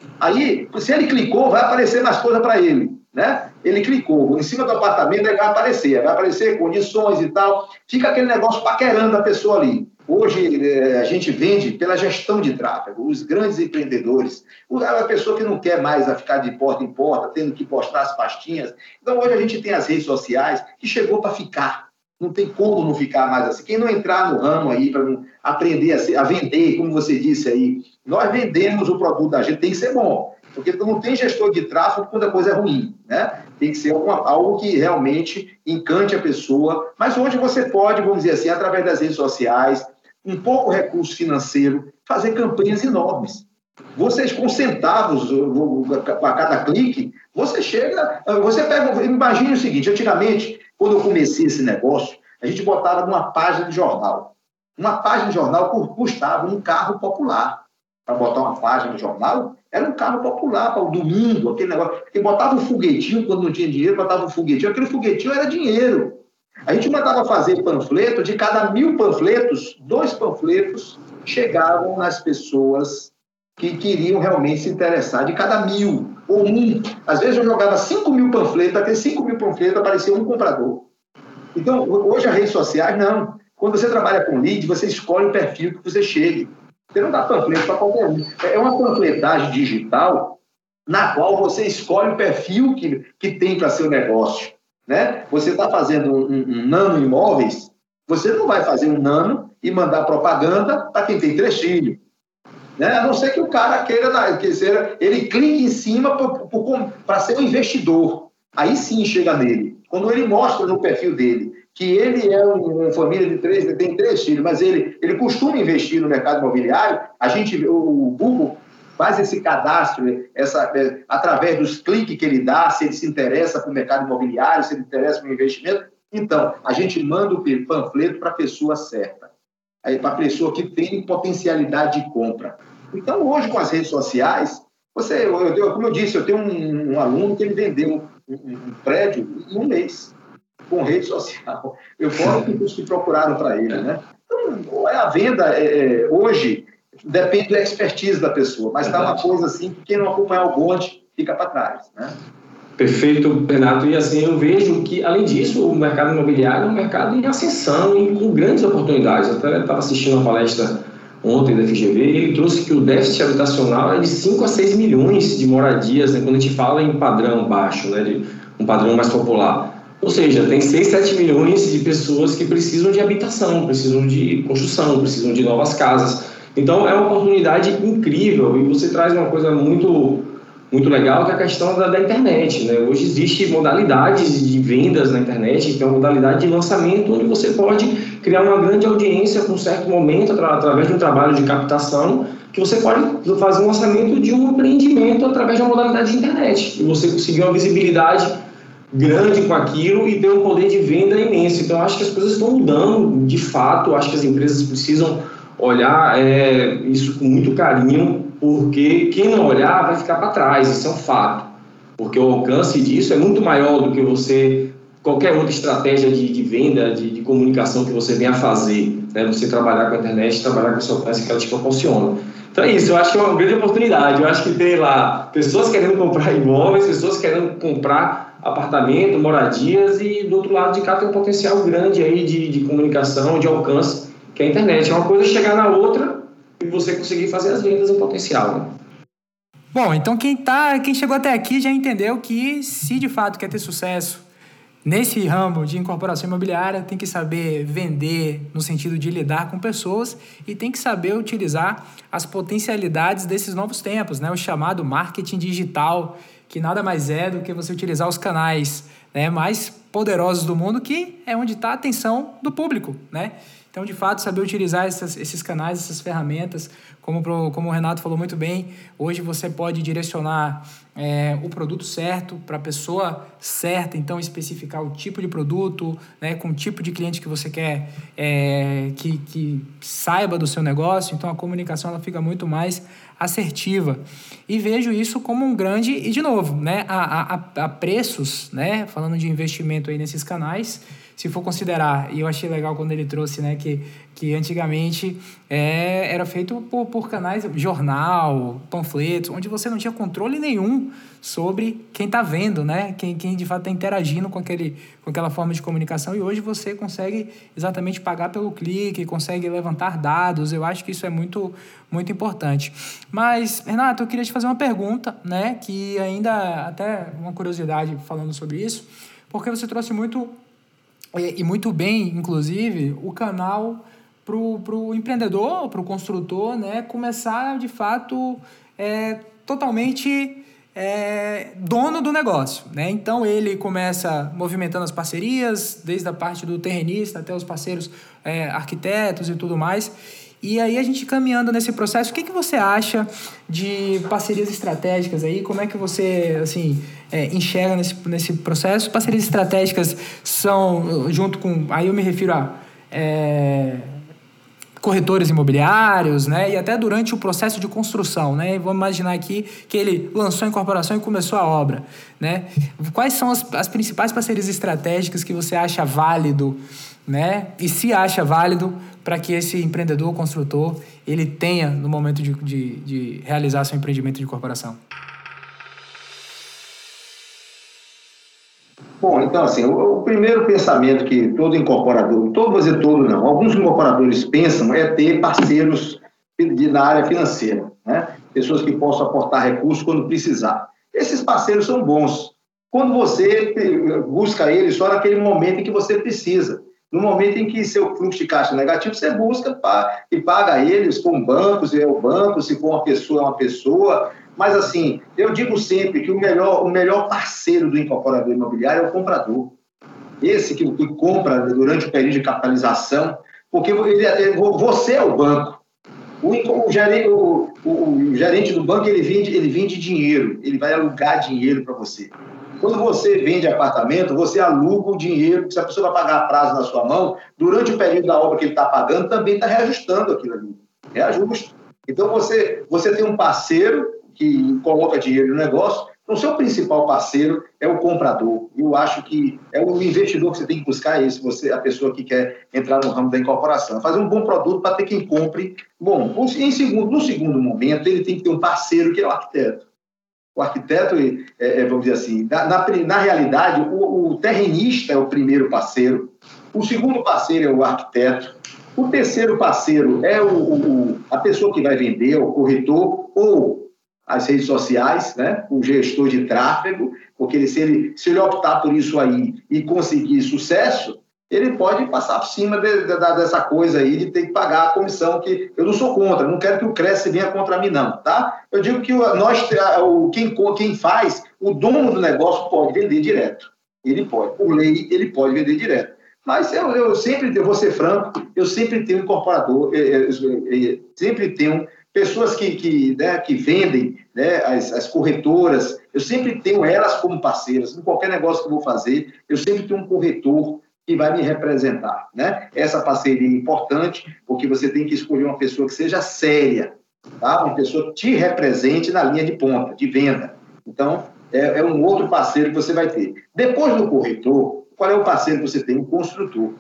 Aí, se ele clicou, vai aparecer mais coisa para ele, né? Ele clicou, em cima do apartamento aí vai aparecer, vai aparecer condições e tal. Fica aquele negócio paquerando a pessoa ali. Hoje, é, a gente vende pela gestão de tráfego, os grandes empreendedores, a pessoa que não quer mais ficar de porta em porta, tendo que postar as pastinhas. Então, hoje a gente tem as redes sociais que chegou para ficar. Não tem como não ficar mais assim. Quem não entrar no ramo aí para aprender a, ser, a vender, como você disse aí, nós vendemos o produto da gente, tem que ser bom. Porque não tem gestor de tráfego quando a coisa é ruim, né? Tem que ser alguma, algo que realmente encante a pessoa. Mas hoje você pode, vamos dizer assim, através das redes sociais, um pouco recurso financeiro, fazer campanhas enormes. Vocês com centavos a cada clique, você chega, você pega, imagine o seguinte, antigamente, quando eu comecei esse negócio, a gente botava numa página de jornal. Uma página de jornal custava um carro popular. Para botar uma página de jornal, era um carro popular, para o domingo, aquele negócio. Porque botava um foguetinho, quando não tinha dinheiro, botava um foguetinho. Aquele foguetinho era dinheiro. A gente mandava fazer panfleto, de cada mil panfletos, dois panfletos chegavam nas pessoas que queriam realmente se interessar, de cada mil, ou um. Às vezes eu jogava cinco mil panfletos, aqueles cinco mil panfletos aparecia um comprador. Então, hoje as redes sociais, não. Quando você trabalha com lead, você escolhe o perfil que você chegue. Você não dá panfleto para qualquer um. É uma panfletagem digital na qual você escolhe o perfil que, que tem para seu negócio. Né? Você está fazendo um, um, um nano imóveis, você não vai fazer um nano e mandar propaganda para quem tem três filhos. Né? A não ser que o cara queira, que seja, ele clique em cima para ser um investidor. Aí sim chega nele. Quando ele mostra no perfil dele que ele é um, uma família de três, tem três filhos, mas ele, ele costuma investir no mercado imobiliário, a gente, o, o Google faz esse cadastro, essa, é, através dos cliques que ele dá, se ele se interessa para o mercado imobiliário, se ele se interessa para o investimento. Então, a gente manda o panfleto para a pessoa certa, para a pessoa que tem potencialidade de compra. Então, hoje, com as redes sociais, você, eu, eu, como eu disse, eu tenho um, um aluno que ele vendeu um, um, um prédio em um mês, com rede social. Eu falo que os que procuraram para ele, né? Então, a venda, é, hoje, depende da expertise da pessoa, mas está uma coisa assim que quem não acompanhar o bonde fica para trás, né? Perfeito, Renato. E assim, eu vejo que, além disso, o mercado imobiliário é um mercado em ascensão e com grandes oportunidades. Eu até estava assistindo uma palestra ontem da F G V, e ele trouxe que o déficit habitacional é de cinco a seis milhões de moradias, né, quando a gente fala em padrão baixo, né, de um padrão mais popular. Ou seja, tem seis, sete milhões de pessoas que precisam de habitação, precisam de construção, precisam de novas casas. Então, é uma oportunidade incrível, e você traz uma coisa muito, muito legal, que é a questão da, da internet, né? Hoje existe modalidades de vendas na internet, que é uma modalidade de lançamento, onde você pode criar uma grande audiência com um certo momento, atra, através de um trabalho de captação, que você pode fazer um lançamento de um empreendimento através de uma modalidade de internet, e você conseguir uma visibilidade grande com aquilo e ter um poder de venda imenso. Então, acho que as coisas estão mudando, de fato. Acho que as empresas precisam olhar é, isso com muito carinho, porque quem não olhar vai ficar para trás, isso é um fato. Porque o alcance disso é muito maior do que você, qualquer outra estratégia de, de venda, de, de comunicação que você venha a fazer, né? Você trabalhar com a internet, trabalhar com esse alcance que ela te proporciona. Então é isso, eu acho que é uma grande oportunidade. Eu acho que tem lá pessoas querendo comprar imóveis, pessoas querendo comprar apartamento, moradias, e do outro lado de cá tem um potencial grande aí de, de comunicação, de alcance, que é a internet. É uma coisa chegar na outra e você conseguir fazer as vendas em potencial, né? Bom, então quem, tá, quem chegou até aqui já entendeu que, se de fato quer ter sucesso nesse ramo de incorporação imobiliária, tem que saber vender no sentido de lidar com pessoas e tem que saber utilizar as potencialidades desses novos tempos, né? O chamado marketing digital, que nada mais é do que você utilizar os canais, né, mais poderosos do mundo, que é onde está a atenção do público, né? Então, de fato, saber utilizar essas, esses canais, essas ferramentas, como, pro, como o Renato falou muito bem, hoje você pode direcionar é, o produto certo para a pessoa certa, então especificar o tipo de produto, né, com o tipo de cliente que você quer é, que, que saiba do seu negócio. Então, a comunicação ela fica muito mais assertiva. E vejo isso como um grande... E, de novo, né, a, a, a preços, né, falando de investimento aí nesses canais, se for considerar, e eu achei legal quando ele trouxe, né, que, que antigamente é, era feito por, por canais, jornal, panfletos, onde você não tinha controle nenhum sobre quem está vendo, né, quem, quem de fato está interagindo com, aquele, com aquela forma de comunicação, e hoje você consegue exatamente pagar pelo clique, consegue levantar dados. Eu acho que isso é muito, muito importante. Mas, Renato, eu queria te fazer uma pergunta, né, que ainda, até uma curiosidade falando sobre isso, porque você trouxe muito... e muito bem, inclusive, o canal para o empreendedor, para o construtor, né, começar, de fato, é, totalmente é, dono do negócio, né? Então, ele começa movimentando as parcerias, desde a parte do terrenista até os parceiros é, arquitetos e tudo mais. E aí, a gente caminhando nesse processo, o que, que você acha de parcerias estratégicas aí? Como é que você, assim, é, enxerga nesse, nesse processo? Parcerias estratégicas são, junto com... Aí eu me refiro a é, corretores imobiliários, né? E até durante o processo de construção, né? Vamos imaginar aqui que ele lançou a incorporação e começou a obra, né? Quais são as, as principais parcerias estratégicas que você acha válido, né? E se acha válido para que esse empreendedor, construtor, ele tenha no momento de, de, de realizar seu empreendimento de incorporação? Bom, então, assim, o, o primeiro pensamento que todo incorporador, todo, vou dizer todo não, alguns incorporadores pensam é ter parceiros de, na área financeira, né? Pessoas que possam aportar recursos quando precisar. Esses parceiros são bons quando você busca eles só naquele momento em que você precisa. No momento em que seu fluxo de caixa é negativo, você busca e paga eles com bancos, se é o banco, se for uma pessoa, é uma pessoa. Mas, assim, eu digo sempre que o melhor, o melhor parceiro do incorporador imobiliário é o comprador. esse que, que compra durante o período de capitalização, porque ele, você é o banco. O, o, gerente, o, o, o gerente do banco, ele vende, ele vende dinheiro, ele vai alugar dinheiro para você. Quando você vende apartamento, você aluga o dinheiro, se a pessoa vai pagar a prazo na sua mão, durante o período da obra que ele está pagando, também está reajustando aquilo ali. Reajuste. Então, você, você tem um parceiro que coloca dinheiro no negócio, então, o seu principal parceiro é o comprador. Eu acho que é o investidor que você tem que buscar esse, você, a pessoa que quer entrar no ramo da incorporação. Fazer um bom produto para ter quem compre. Bom, em segundo, no segundo momento, ele tem que ter um parceiro que é o arquiteto. O arquiteto, é, vamos dizer assim, na, na, na realidade, o, o terrenista é o primeiro parceiro, o segundo parceiro é o arquiteto, o terceiro parceiro é o, o, a pessoa que vai vender, o corretor, ou as redes sociais, né? O gestor de tráfego, porque ele, se, ele, se ele optar por isso aí e conseguir sucesso, ele pode passar por cima de, de, de, dessa coisa aí de ter que pagar a comissão, que eu não sou contra, não quero que o Cresce venha contra mim, não, tá? Eu digo que nós, o, quem, quem faz, o dono do negócio pode vender direto. Ele pode, por lei, ele pode vender direto. Mas eu, eu sempre, eu vou ser franco, eu sempre tenho incorporador, eu, eu, eu, sempre tenho pessoas que, que, né, que vendem, né, as, as corretoras, eu sempre tenho elas como parceiras. Em qualquer negócio que eu vou fazer, eu sempre tenho um corretor que vai me representar, né? Essa parceria é importante, porque você tem que escolher uma pessoa que seja séria, tá? Uma pessoa que te represente na linha de ponta, de venda. Então, é, é um outro parceiro que você vai ter. Depois do corretor, qual é o parceiro que você tem? O construtor.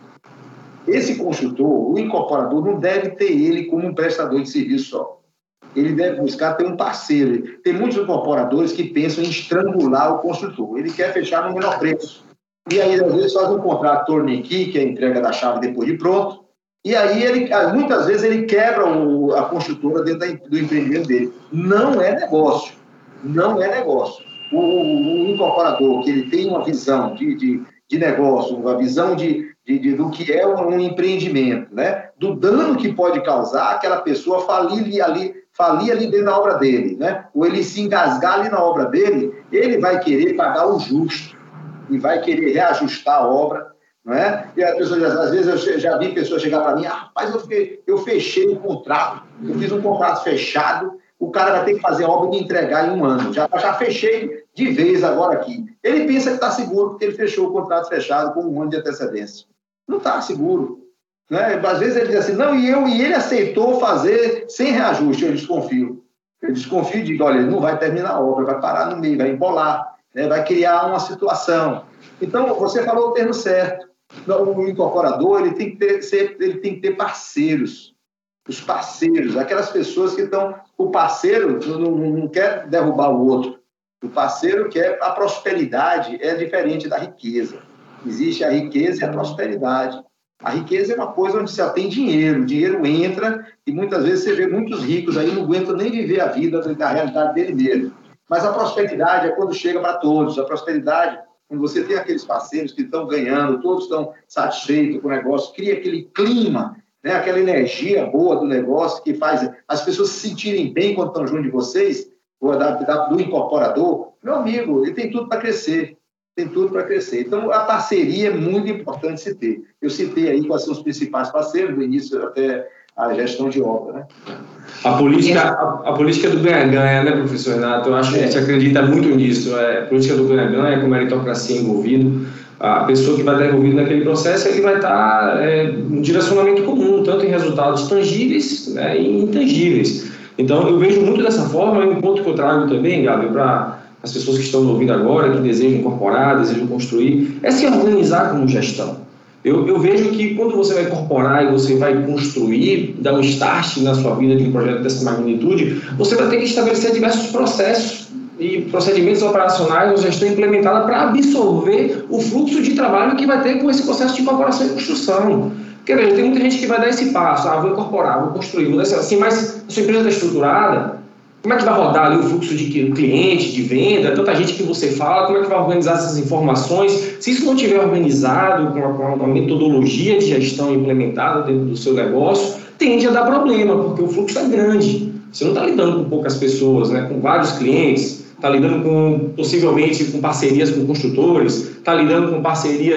Esse construtor, o incorporador, não deve ter ele como um prestador de serviço só. Ele deve buscar ter um parceiro. Tem muitos incorporadores que pensam em estrangular o construtor. Ele quer fechar no menor preço. E aí, às vezes, faz um contrato turnkey, que é a entrega da chave depois de pronto. E aí, ele, muitas vezes, ele quebra o, a construtora dentro do empreendimento dele. Não é negócio. Não é negócio. O, o, o incorporador, que ele tem uma visão de, de, de negócio, uma visão de, de, de, do que é um, um empreendimento, né? Do dano que pode causar aquela pessoa falir ali, falir ali dentro da obra dele, né? Ou ele se engasgar ali na obra dele, ele vai querer pagar o justo e vai querer reajustar a obra, não é? E a pessoa, às vezes eu já vi pessoas chegar para mim, ah, rapaz, eu, fe, eu fechei um contrato, eu fiz um contrato fechado, o cara vai ter que fazer a obra e me entregar em um ano. Já, já fechei de vez agora aqui. Ele pensa que está seguro porque ele fechou o contrato fechado com um ano de antecedência. Não está seguro. Né? Às vezes ele diz assim, não, e, eu, e ele aceitou fazer sem reajuste, eu desconfio. Eu desconfio e digo, olha, ele não vai terminar a obra, vai parar no meio, vai embolar, né? Vai criar uma situação. Então, você falou o termo certo. O incorporador, ele tem que ter, ser, ele tem que ter parceiros. Os parceiros, aquelas pessoas que estão... O parceiro não, não quer derrubar o outro. O parceiro quer... A prosperidade é diferente da riqueza. Existe a riqueza e a prosperidade. A riqueza é uma coisa onde só tem dinheiro. O dinheiro entra e muitas vezes você vê muitos ricos aí não aguentam nem viver a vida da realidade dele mesmo. Mas a prosperidade é quando chega para todos. A prosperidade, quando você tem aqueles parceiros que estão ganhando, todos estão satisfeitos com o negócio, cria aquele clima, né, aquela energia boa do negócio que faz as pessoas se sentirem bem quando estão junto de vocês, ou da, da, do incorporador. Meu amigo, ele tem tudo para crescer. Tem tudo para crescer. Então, a parceria é muito importante se ter. Eu citei aí quais são os principais parceiros, do início até a gestão de obra, né? A política, a, a política do ganha-ganha, né, professor Renato? Eu acho que a gente acredita muito nisso. É, a política do ganha-ganha, com meritocracia envolvido. A pessoa que vai estar envolvida naquele processo, ele vai estar é, um direcionamento comum, tanto em resultados tangíveis, né, e intangíveis. Então, eu vejo muito dessa forma, e um ponto que eu trago também, Gabi, para as pessoas que estão ouvindo agora, que desejam incorporar, desejam construir, é se organizar como gestão. Eu, eu vejo que quando você vai incorporar e você vai construir, dar um start na sua vida de um projeto dessa magnitude, você vai ter que estabelecer diversos processos e procedimentos operacionais, uma gestão implementada para absorver o fluxo de trabalho que vai ter com esse processo de incorporação e construção. Porque, veja, tem muita gente que vai dar esse passo, ah, vou incorporar, vou construir, vou dar esse, assim, mas a sua empresa está estruturada, como é que vai rodar ali o fluxo de cliente, de venda, tanta gente que você fala, como é que vai organizar essas informações? Se isso não estiver organizado, com uma, uma metodologia de gestão implementada dentro do seu negócio, tende a dar problema, porque o fluxo é grande. Você não está lidando com poucas pessoas, né? Com vários clientes, está lidando com, possivelmente, com parcerias com construtores, está lidando com parcerias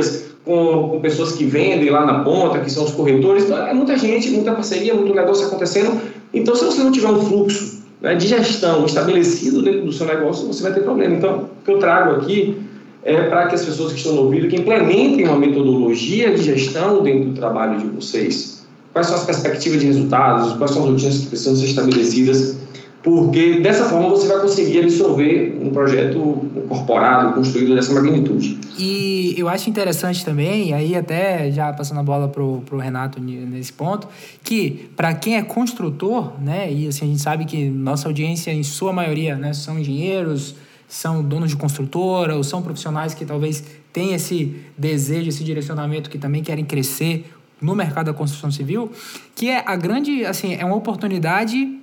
com, com pessoas que vendem lá na ponta, que são os corretores. Então, é muita gente, muita parceria, muito negócio acontecendo. Então, se você não tiver um fluxo, né, de gestão estabelecido dentro do seu negócio, você vai ter problema. Então, o que eu trago aqui é para que as pessoas que estão no ouvido, que implementem uma metodologia de gestão dentro do trabalho de vocês. Quais são as perspectivas de resultados, quais são as rotinas que precisam ser estabelecidas, porque dessa forma você vai conseguir absorver um projeto incorporado, construído dessa magnitude. E eu acho interessante também, aí até já passando a bola pro, pro Renato nesse ponto, que para quem é construtor, né, e assim, a gente sabe que nossa audiência em sua maioria, né, são engenheiros, são donos de construtora, ou são profissionais que talvez tenham esse desejo, esse direcionamento, que também querem crescer no mercado da construção civil, que é a grande, assim, é uma oportunidade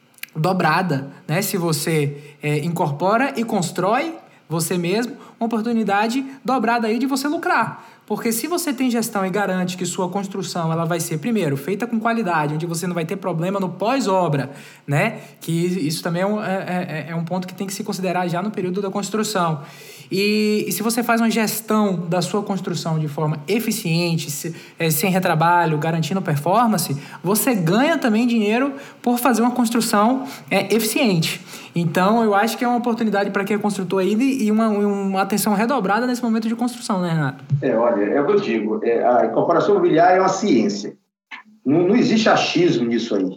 dobrada, né? Se você é, incorpora e constrói você mesmo, uma oportunidade dobrada aí de você lucrar. Porque se você tem gestão e garante que sua construção ela vai ser, primeiro, feita com qualidade, onde você não vai ter problema no pós-obra, né? Que isso também é um, é, é um ponto que tem que se considerar já no período da construção. E, e se você faz uma gestão da sua construção de forma eficiente, se, é, sem retrabalho, garantindo performance, você ganha também dinheiro por fazer uma construção é, eficiente. Então, eu acho que é uma oportunidade para quem é construtor aí e uma, uma atenção redobrada nesse momento de construção, né, Renato? É, olha, é o que eu digo, é, a incorporação imobiliária é uma ciência. Não, não existe achismo nisso aí.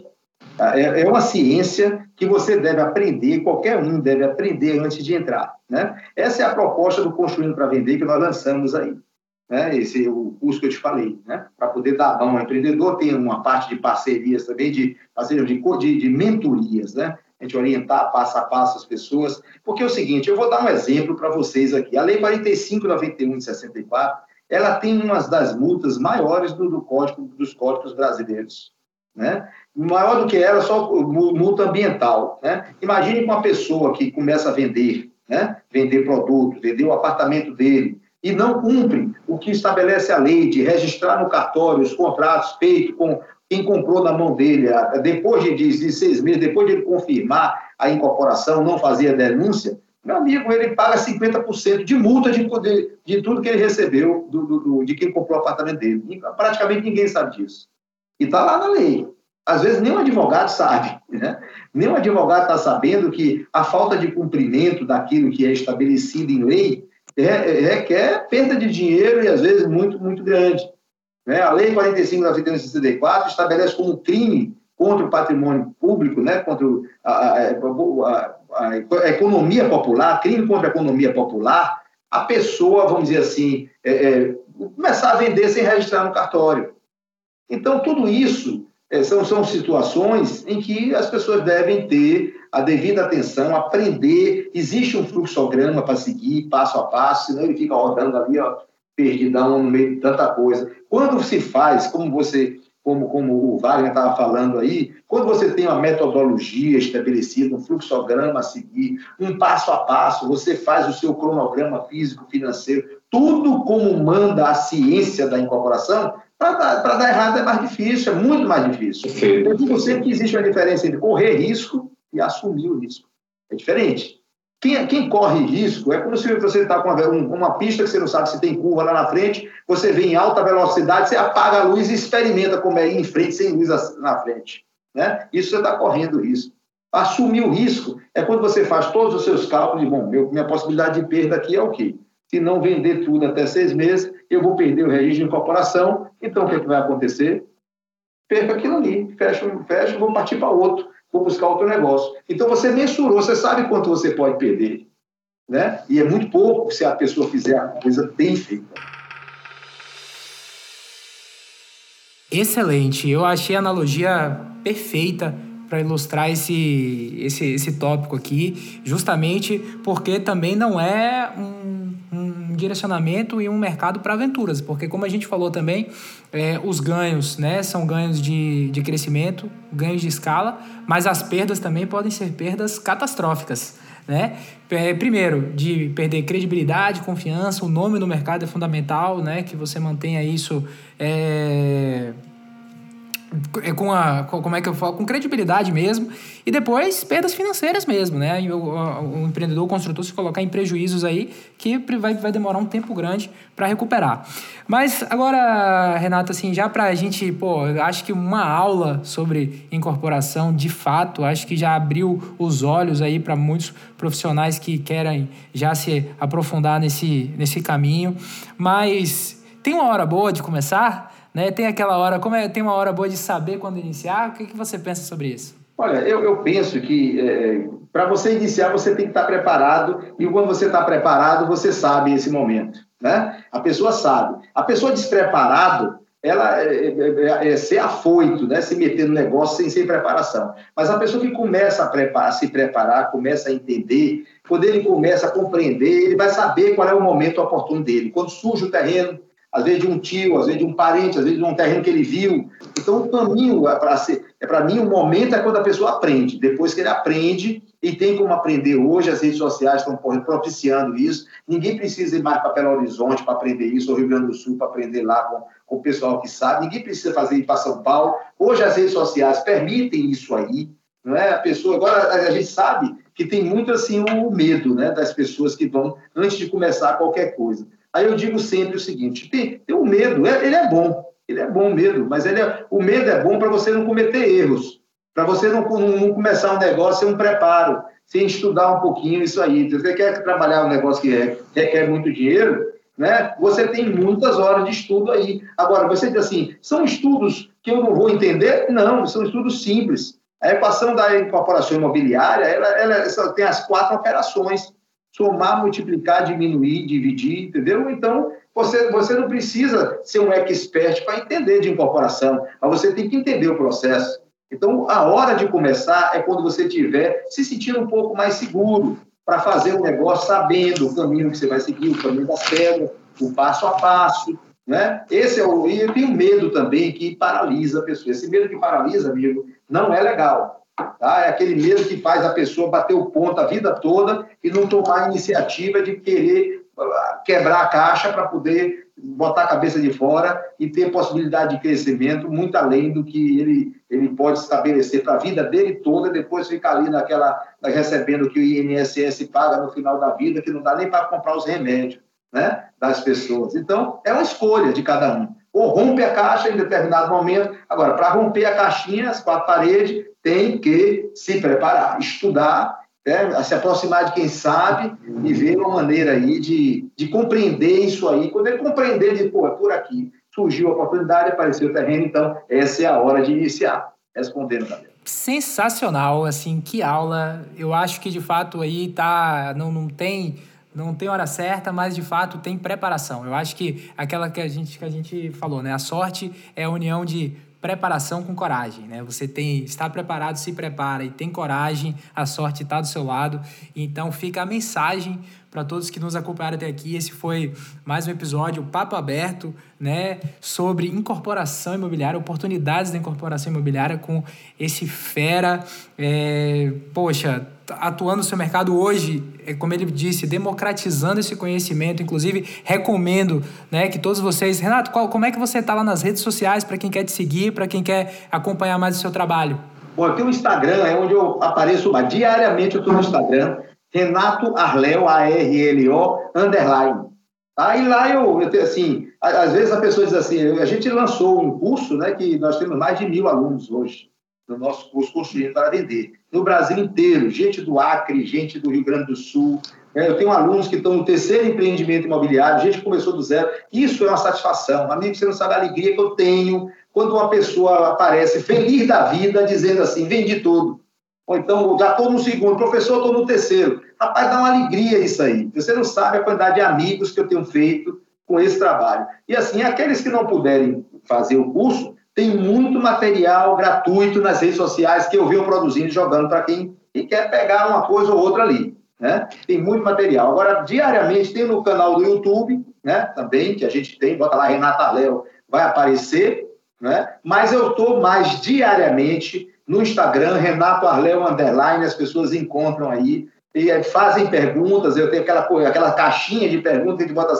É, é uma ciência que você deve aprender, qualquer um deve aprender antes de entrar, né? Essa é a proposta do Construindo para Vender que nós lançamos aí, né? Esse é o curso que eu te falei, né? Para poder dar a mão ao empreendedor, tem uma parte de parcerias também, de, de, de, de mentorias, né? A gente orientar passo a passo as pessoas, porque é o seguinte, eu vou dar um exemplo para vocês aqui. A Lei quarenta e cinco, noventa e um de sessenta e quatro, ela tem uma das multas maiores do, do código, dos códigos brasileiros, né? Maior do que ela, só multa ambiental, né? Imagine uma pessoa que começa a vender, né? Vender produto, vender o apartamento dele, e não cumpre o que estabelece a lei de registrar no cartório os contratos feitos com quem comprou na mão dele, depois de, de seis meses, depois de ele confirmar a incorporação, não fazer a denúncia, meu amigo, ele paga cinquenta por cento de multa de, de, de tudo que ele recebeu do, do, do, de quem comprou o apartamento dele. E praticamente ninguém sabe disso. E está lá na lei. Às vezes nem o advogado sabe, né? Nem o advogado está sabendo que a falta de cumprimento daquilo que é estabelecido em lei requer perda de dinheiro e às vezes muito, muito grande. Né? A Lei quarenta e cinco, noventa e um de sessenta e quatro estabelece como crime contra o patrimônio público, né? Contra a, a, a, a economia popular, crime contra a economia popular, a pessoa, vamos dizer assim, é, é, começar a vender sem registrar no cartório. Então, tudo isso é, são, são situações em que as pessoas devem ter a devida atenção, aprender, existe um fluxograma para seguir, passo a passo, senão ele fica rodando ali, ó, perdidão no meio de tanta coisa. Quando se faz, como você, como, como o Wagner estava falando aí, quando você tem uma metodologia estabelecida, um fluxograma a seguir, um passo a passo, você faz o seu cronograma físico, financeiro, tudo como manda a ciência da incorporação, para dar, para dar errado é mais difícil, é muito mais difícil. Eu digo sempre que existe uma diferença entre correr risco e assumir o risco. É diferente. Quem, quem corre risco é como se você está com uma, uma pista que você não sabe se tem curva lá na frente, você vem em alta velocidade, você apaga a luz e experimenta como é ir em frente sem luz na frente. Né? Isso você está correndo risco. Assumir o risco é quando você faz todos os seus cálculos e, bom, meu, minha possibilidade de perda aqui é o quê? Se não vender tudo até seis meses, eu vou perder o registro de incorporação, então o que, é que vai acontecer? Perca aquilo ali, fecha, fecha, vou partir para outro. Vou buscar outro negócio. Então, você mensurou, você sabe quanto você pode perder. Né? E é muito pouco se a pessoa fizer a coisa bem feita. Excelente. Eu achei a analogia perfeita para ilustrar esse, esse, esse tópico aqui, justamente porque também não é um, um direcionamento e um mercado para aventuras, porque como a gente falou também, é, os ganhos, né, são ganhos de, de crescimento, ganhos de escala, mas as perdas também podem ser perdas catastróficas. Né? Primeiro, de perder credibilidade, confiança, o nome no mercado é fundamental, né? Que você mantenha isso é, com a, com, como é que eu falo, com credibilidade mesmo, e depois perdas financeiras mesmo, né? E o, o, o empreendedor, o construtor se colocar em prejuízos aí que vai, vai demorar um tempo grande para recuperar. Mas agora, Renato, assim, já para a gente, pô, acho que uma aula sobre incorporação, de fato, acho que já abriu os olhos aí para muitos profissionais que querem já se aprofundar nesse, nesse caminho, mas tem uma hora boa de começar? Né? Tem aquela hora, como é, tem uma hora boa de saber quando iniciar? O que, que você pensa sobre isso? Olha, eu, eu penso que é, para você iniciar, você tem que estar preparado, e quando você está preparado, você sabe esse momento, né? A pessoa sabe. A pessoa despreparada, ela é, é, é ser afoito, né? Se meter no negócio sem, sem preparação. Mas a pessoa que começa a, preparar, a se preparar, começa a entender, quando ele começa a compreender, ele vai saber qual é o momento oportuno dele. Quando surge o terreno, às vezes de um tio, às vezes de um parente, às vezes de um terreno que ele viu. Então, o caminho, é para mim, o momento é quando a pessoa aprende. Depois que ele aprende, e tem como aprender hoje, as redes sociais estão propiciando isso. Ninguém precisa ir mais para Belo Horizonte para aprender isso, ou Rio Grande do Sul para aprender lá com, com o pessoal que sabe. Ninguém precisa fazer ir para São Paulo. Hoje as redes sociais permitem isso aí. Não é? A pessoa, agora a gente sabe que tem muito assim o medo, né, das pessoas que vão, antes de começar qualquer coisa. Aí eu digo sempre o seguinte, tem, tem o medo, ele é bom, ele é bom o medo, mas ele é, o medo é bom para você não cometer erros, para você não, não, não começar um negócio sem um preparo, sem estudar um pouquinho isso aí. Se você quer trabalhar um negócio que é, requer muito dinheiro, né, você tem muitas horas de estudo aí. Agora, você diz assim, são estudos que eu não vou entender? Não, são estudos simples. A equação da incorporação imobiliária, ela, ela tem as quatro operações: somar, multiplicar, diminuir, dividir, entendeu? Então, você, você não precisa ser um expert para entender de incorporação, mas você tem que entender o processo. Então, a hora de começar é quando você estiver se sentindo um pouco mais seguro para fazer o negócio, sabendo o caminho que você vai seguir, o caminho das pedras, o passo a passo, né? Esse é o... E eu tenho medo também que paralisa a pessoa. Esse medo que paralisa, amigo, não é legal. Tá? É aquele medo que faz a pessoa bater o ponto a vida toda e não tomar a iniciativa de querer quebrar a caixa para poder botar a cabeça de fora e ter possibilidade de crescimento muito além do que ele, ele pode estabelecer para a vida dele toda, e depois ficar ali naquela, recebendo o que o I N S S paga no final da vida, que não dá nem para comprar os remédios, né, das pessoas. Então, é uma escolha de cada um. Ou rompe a caixa em determinado momento. Agora, para romper a caixinha, as quatro paredes, tem que se preparar, estudar, né, se aproximar de quem sabe e ver uma maneira aí de, de compreender isso aí. Quando ele compreender, ele diz, pô, é por aqui. Surgiu a oportunidade, apareceu o terreno, então essa é a hora de iniciar. Respondendo, Gabriel. Sensacional, assim, que aula. Eu acho que, de fato, aí tá, não, não tem... Não tem hora certa, mas, de fato, tem preparação. Eu acho que aquela que a gente, que a gente falou, né? A sorte é a união de preparação com coragem, né? Você tem, está preparado, se prepara e tem coragem, a sorte está do seu lado. Então, fica a mensagem para todos que nos acompanharam até aqui. Esse foi mais um episódio, Papo Aberto, né? Sobre incorporação imobiliária, oportunidades da incorporação imobiliária com esse fera. É, poxa, atuando no seu mercado hoje, como ele disse, democratizando esse conhecimento. Inclusive, recomendo, né, que todos vocês... Renato, qual, como é que você está lá nas redes sociais para quem quer te seguir, para quem quer acompanhar mais o seu trabalho? Bom, eu tenho um Instagram, é onde eu apareço mais. Diariamente eu estou no Instagram, Renato Arleo, A R L O, underline. Aí lá eu, eu tenho assim, às vezes a pessoa diz assim, a gente lançou um curso, né, que nós temos mais de mil alunos hoje, no nosso curso Construindo para Vender, no Brasil inteiro, gente do Acre, gente do Rio Grande do Sul. Eu tenho alunos que estão no terceiro empreendimento imobiliário, gente que começou do zero. Isso é uma satisfação. Amigo, você não sabe a alegria que eu tenho quando uma pessoa aparece feliz da vida, dizendo assim, vendi tudo. Ou então, já estou no segundo, professor, estou no terceiro. Rapaz, dá uma alegria isso aí. Você não sabe a quantidade de amigos que eu tenho feito com esse trabalho. E assim, aqueles que não puderem fazer o curso, tem muito material gratuito nas redes sociais que eu venho produzindo e jogando para quem, quem quer pegar uma coisa ou outra ali, né? Tem muito material. Agora, diariamente, tem no canal do YouTube, né? Também, que a gente tem, bota lá Renato Arleo, vai aparecer, né? Mas eu estou mais diariamente no Instagram, Renato Arleo Underline, as pessoas encontram aí e fazem perguntas. Eu tenho aquela, aquela caixinha de perguntas que a gente bota assim,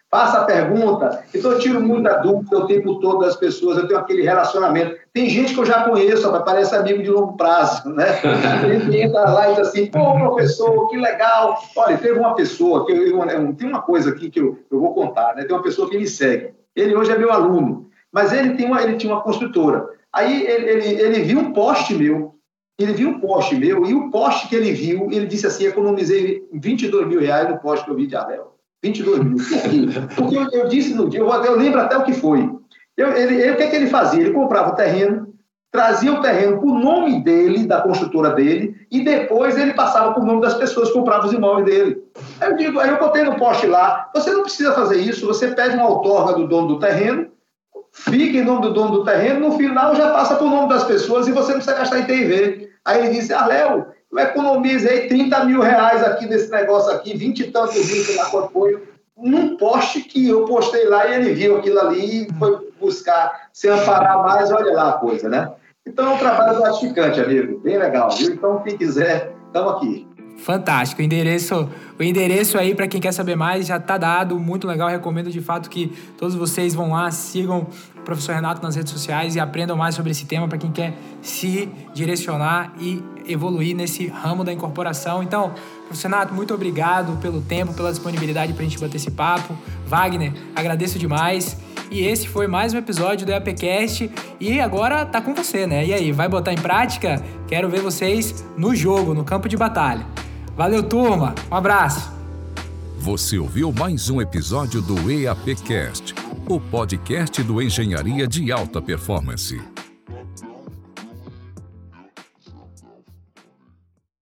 faça a pergunta. Então, eu tiro muita dúvida o tempo todo das pessoas, eu tenho aquele relacionamento. Tem gente que eu já conheço, parece amigo de longo prazo, né? Ele entra lá e diz assim, pô, professor, que legal. Olha, teve uma pessoa, que eu, eu, tem uma coisa aqui que eu, eu vou contar, né? Tem uma pessoa que me segue. Ele hoje é meu aluno, mas ele, tem uma, ele tinha uma construtora. Aí ele, ele, ele viu um poste meu, ele viu um poste meu, e o poste que ele viu, ele disse assim, economizei vinte e dois mil reais no poste que eu vi de Arléu. vinte e dois mil. Porque eu, eu disse no dia, eu, eu lembro até o que foi. Eu, ele, ele, o que, é que ele fazia? Ele comprava o terreno, trazia o terreno por nome dele, da construtora dele, e depois ele passava por nome das pessoas que compravam os imóveis dele. Aí eu digo, aí eu botei no poste lá, você não precisa fazer isso, você pede uma outorga do dono do terreno, fica em nome do dono do terreno, no final já passa por nome das pessoas e você não precisa gastar em T I V. Aí ele disse, ah, Léo, eu economizei trinta mil reais aqui nesse negócio aqui, vinte e tantos mil, sei lá quanto foi, num poste que eu postei lá e ele viu aquilo ali e foi buscar se amparar mais, olha lá a coisa, né? Então é um trabalho gratificante, amigo, bem legal, viu? Então quem quiser, estamos aqui. Fantástico, o endereço, o endereço aí para quem quer saber mais já está dado, muito legal, recomendo de fato que todos vocês vão lá, sigam o professor Renato nas redes sociais e aprendam mais sobre esse tema para quem quer se direcionar e evoluir nesse ramo da incorporação. Então, professor Renato, muito obrigado pelo tempo, pela disponibilidade para a gente bater esse papo. Wagner, agradeço demais. E esse foi mais um episódio do EAPcast e agora tá com você, né? E aí, vai botar em prática? Quero ver vocês no jogo, no campo de batalha. Valeu, turma. Um abraço. Você ouviu mais um episódio do EAPcast, o podcast do Engenharia de Alta Performance.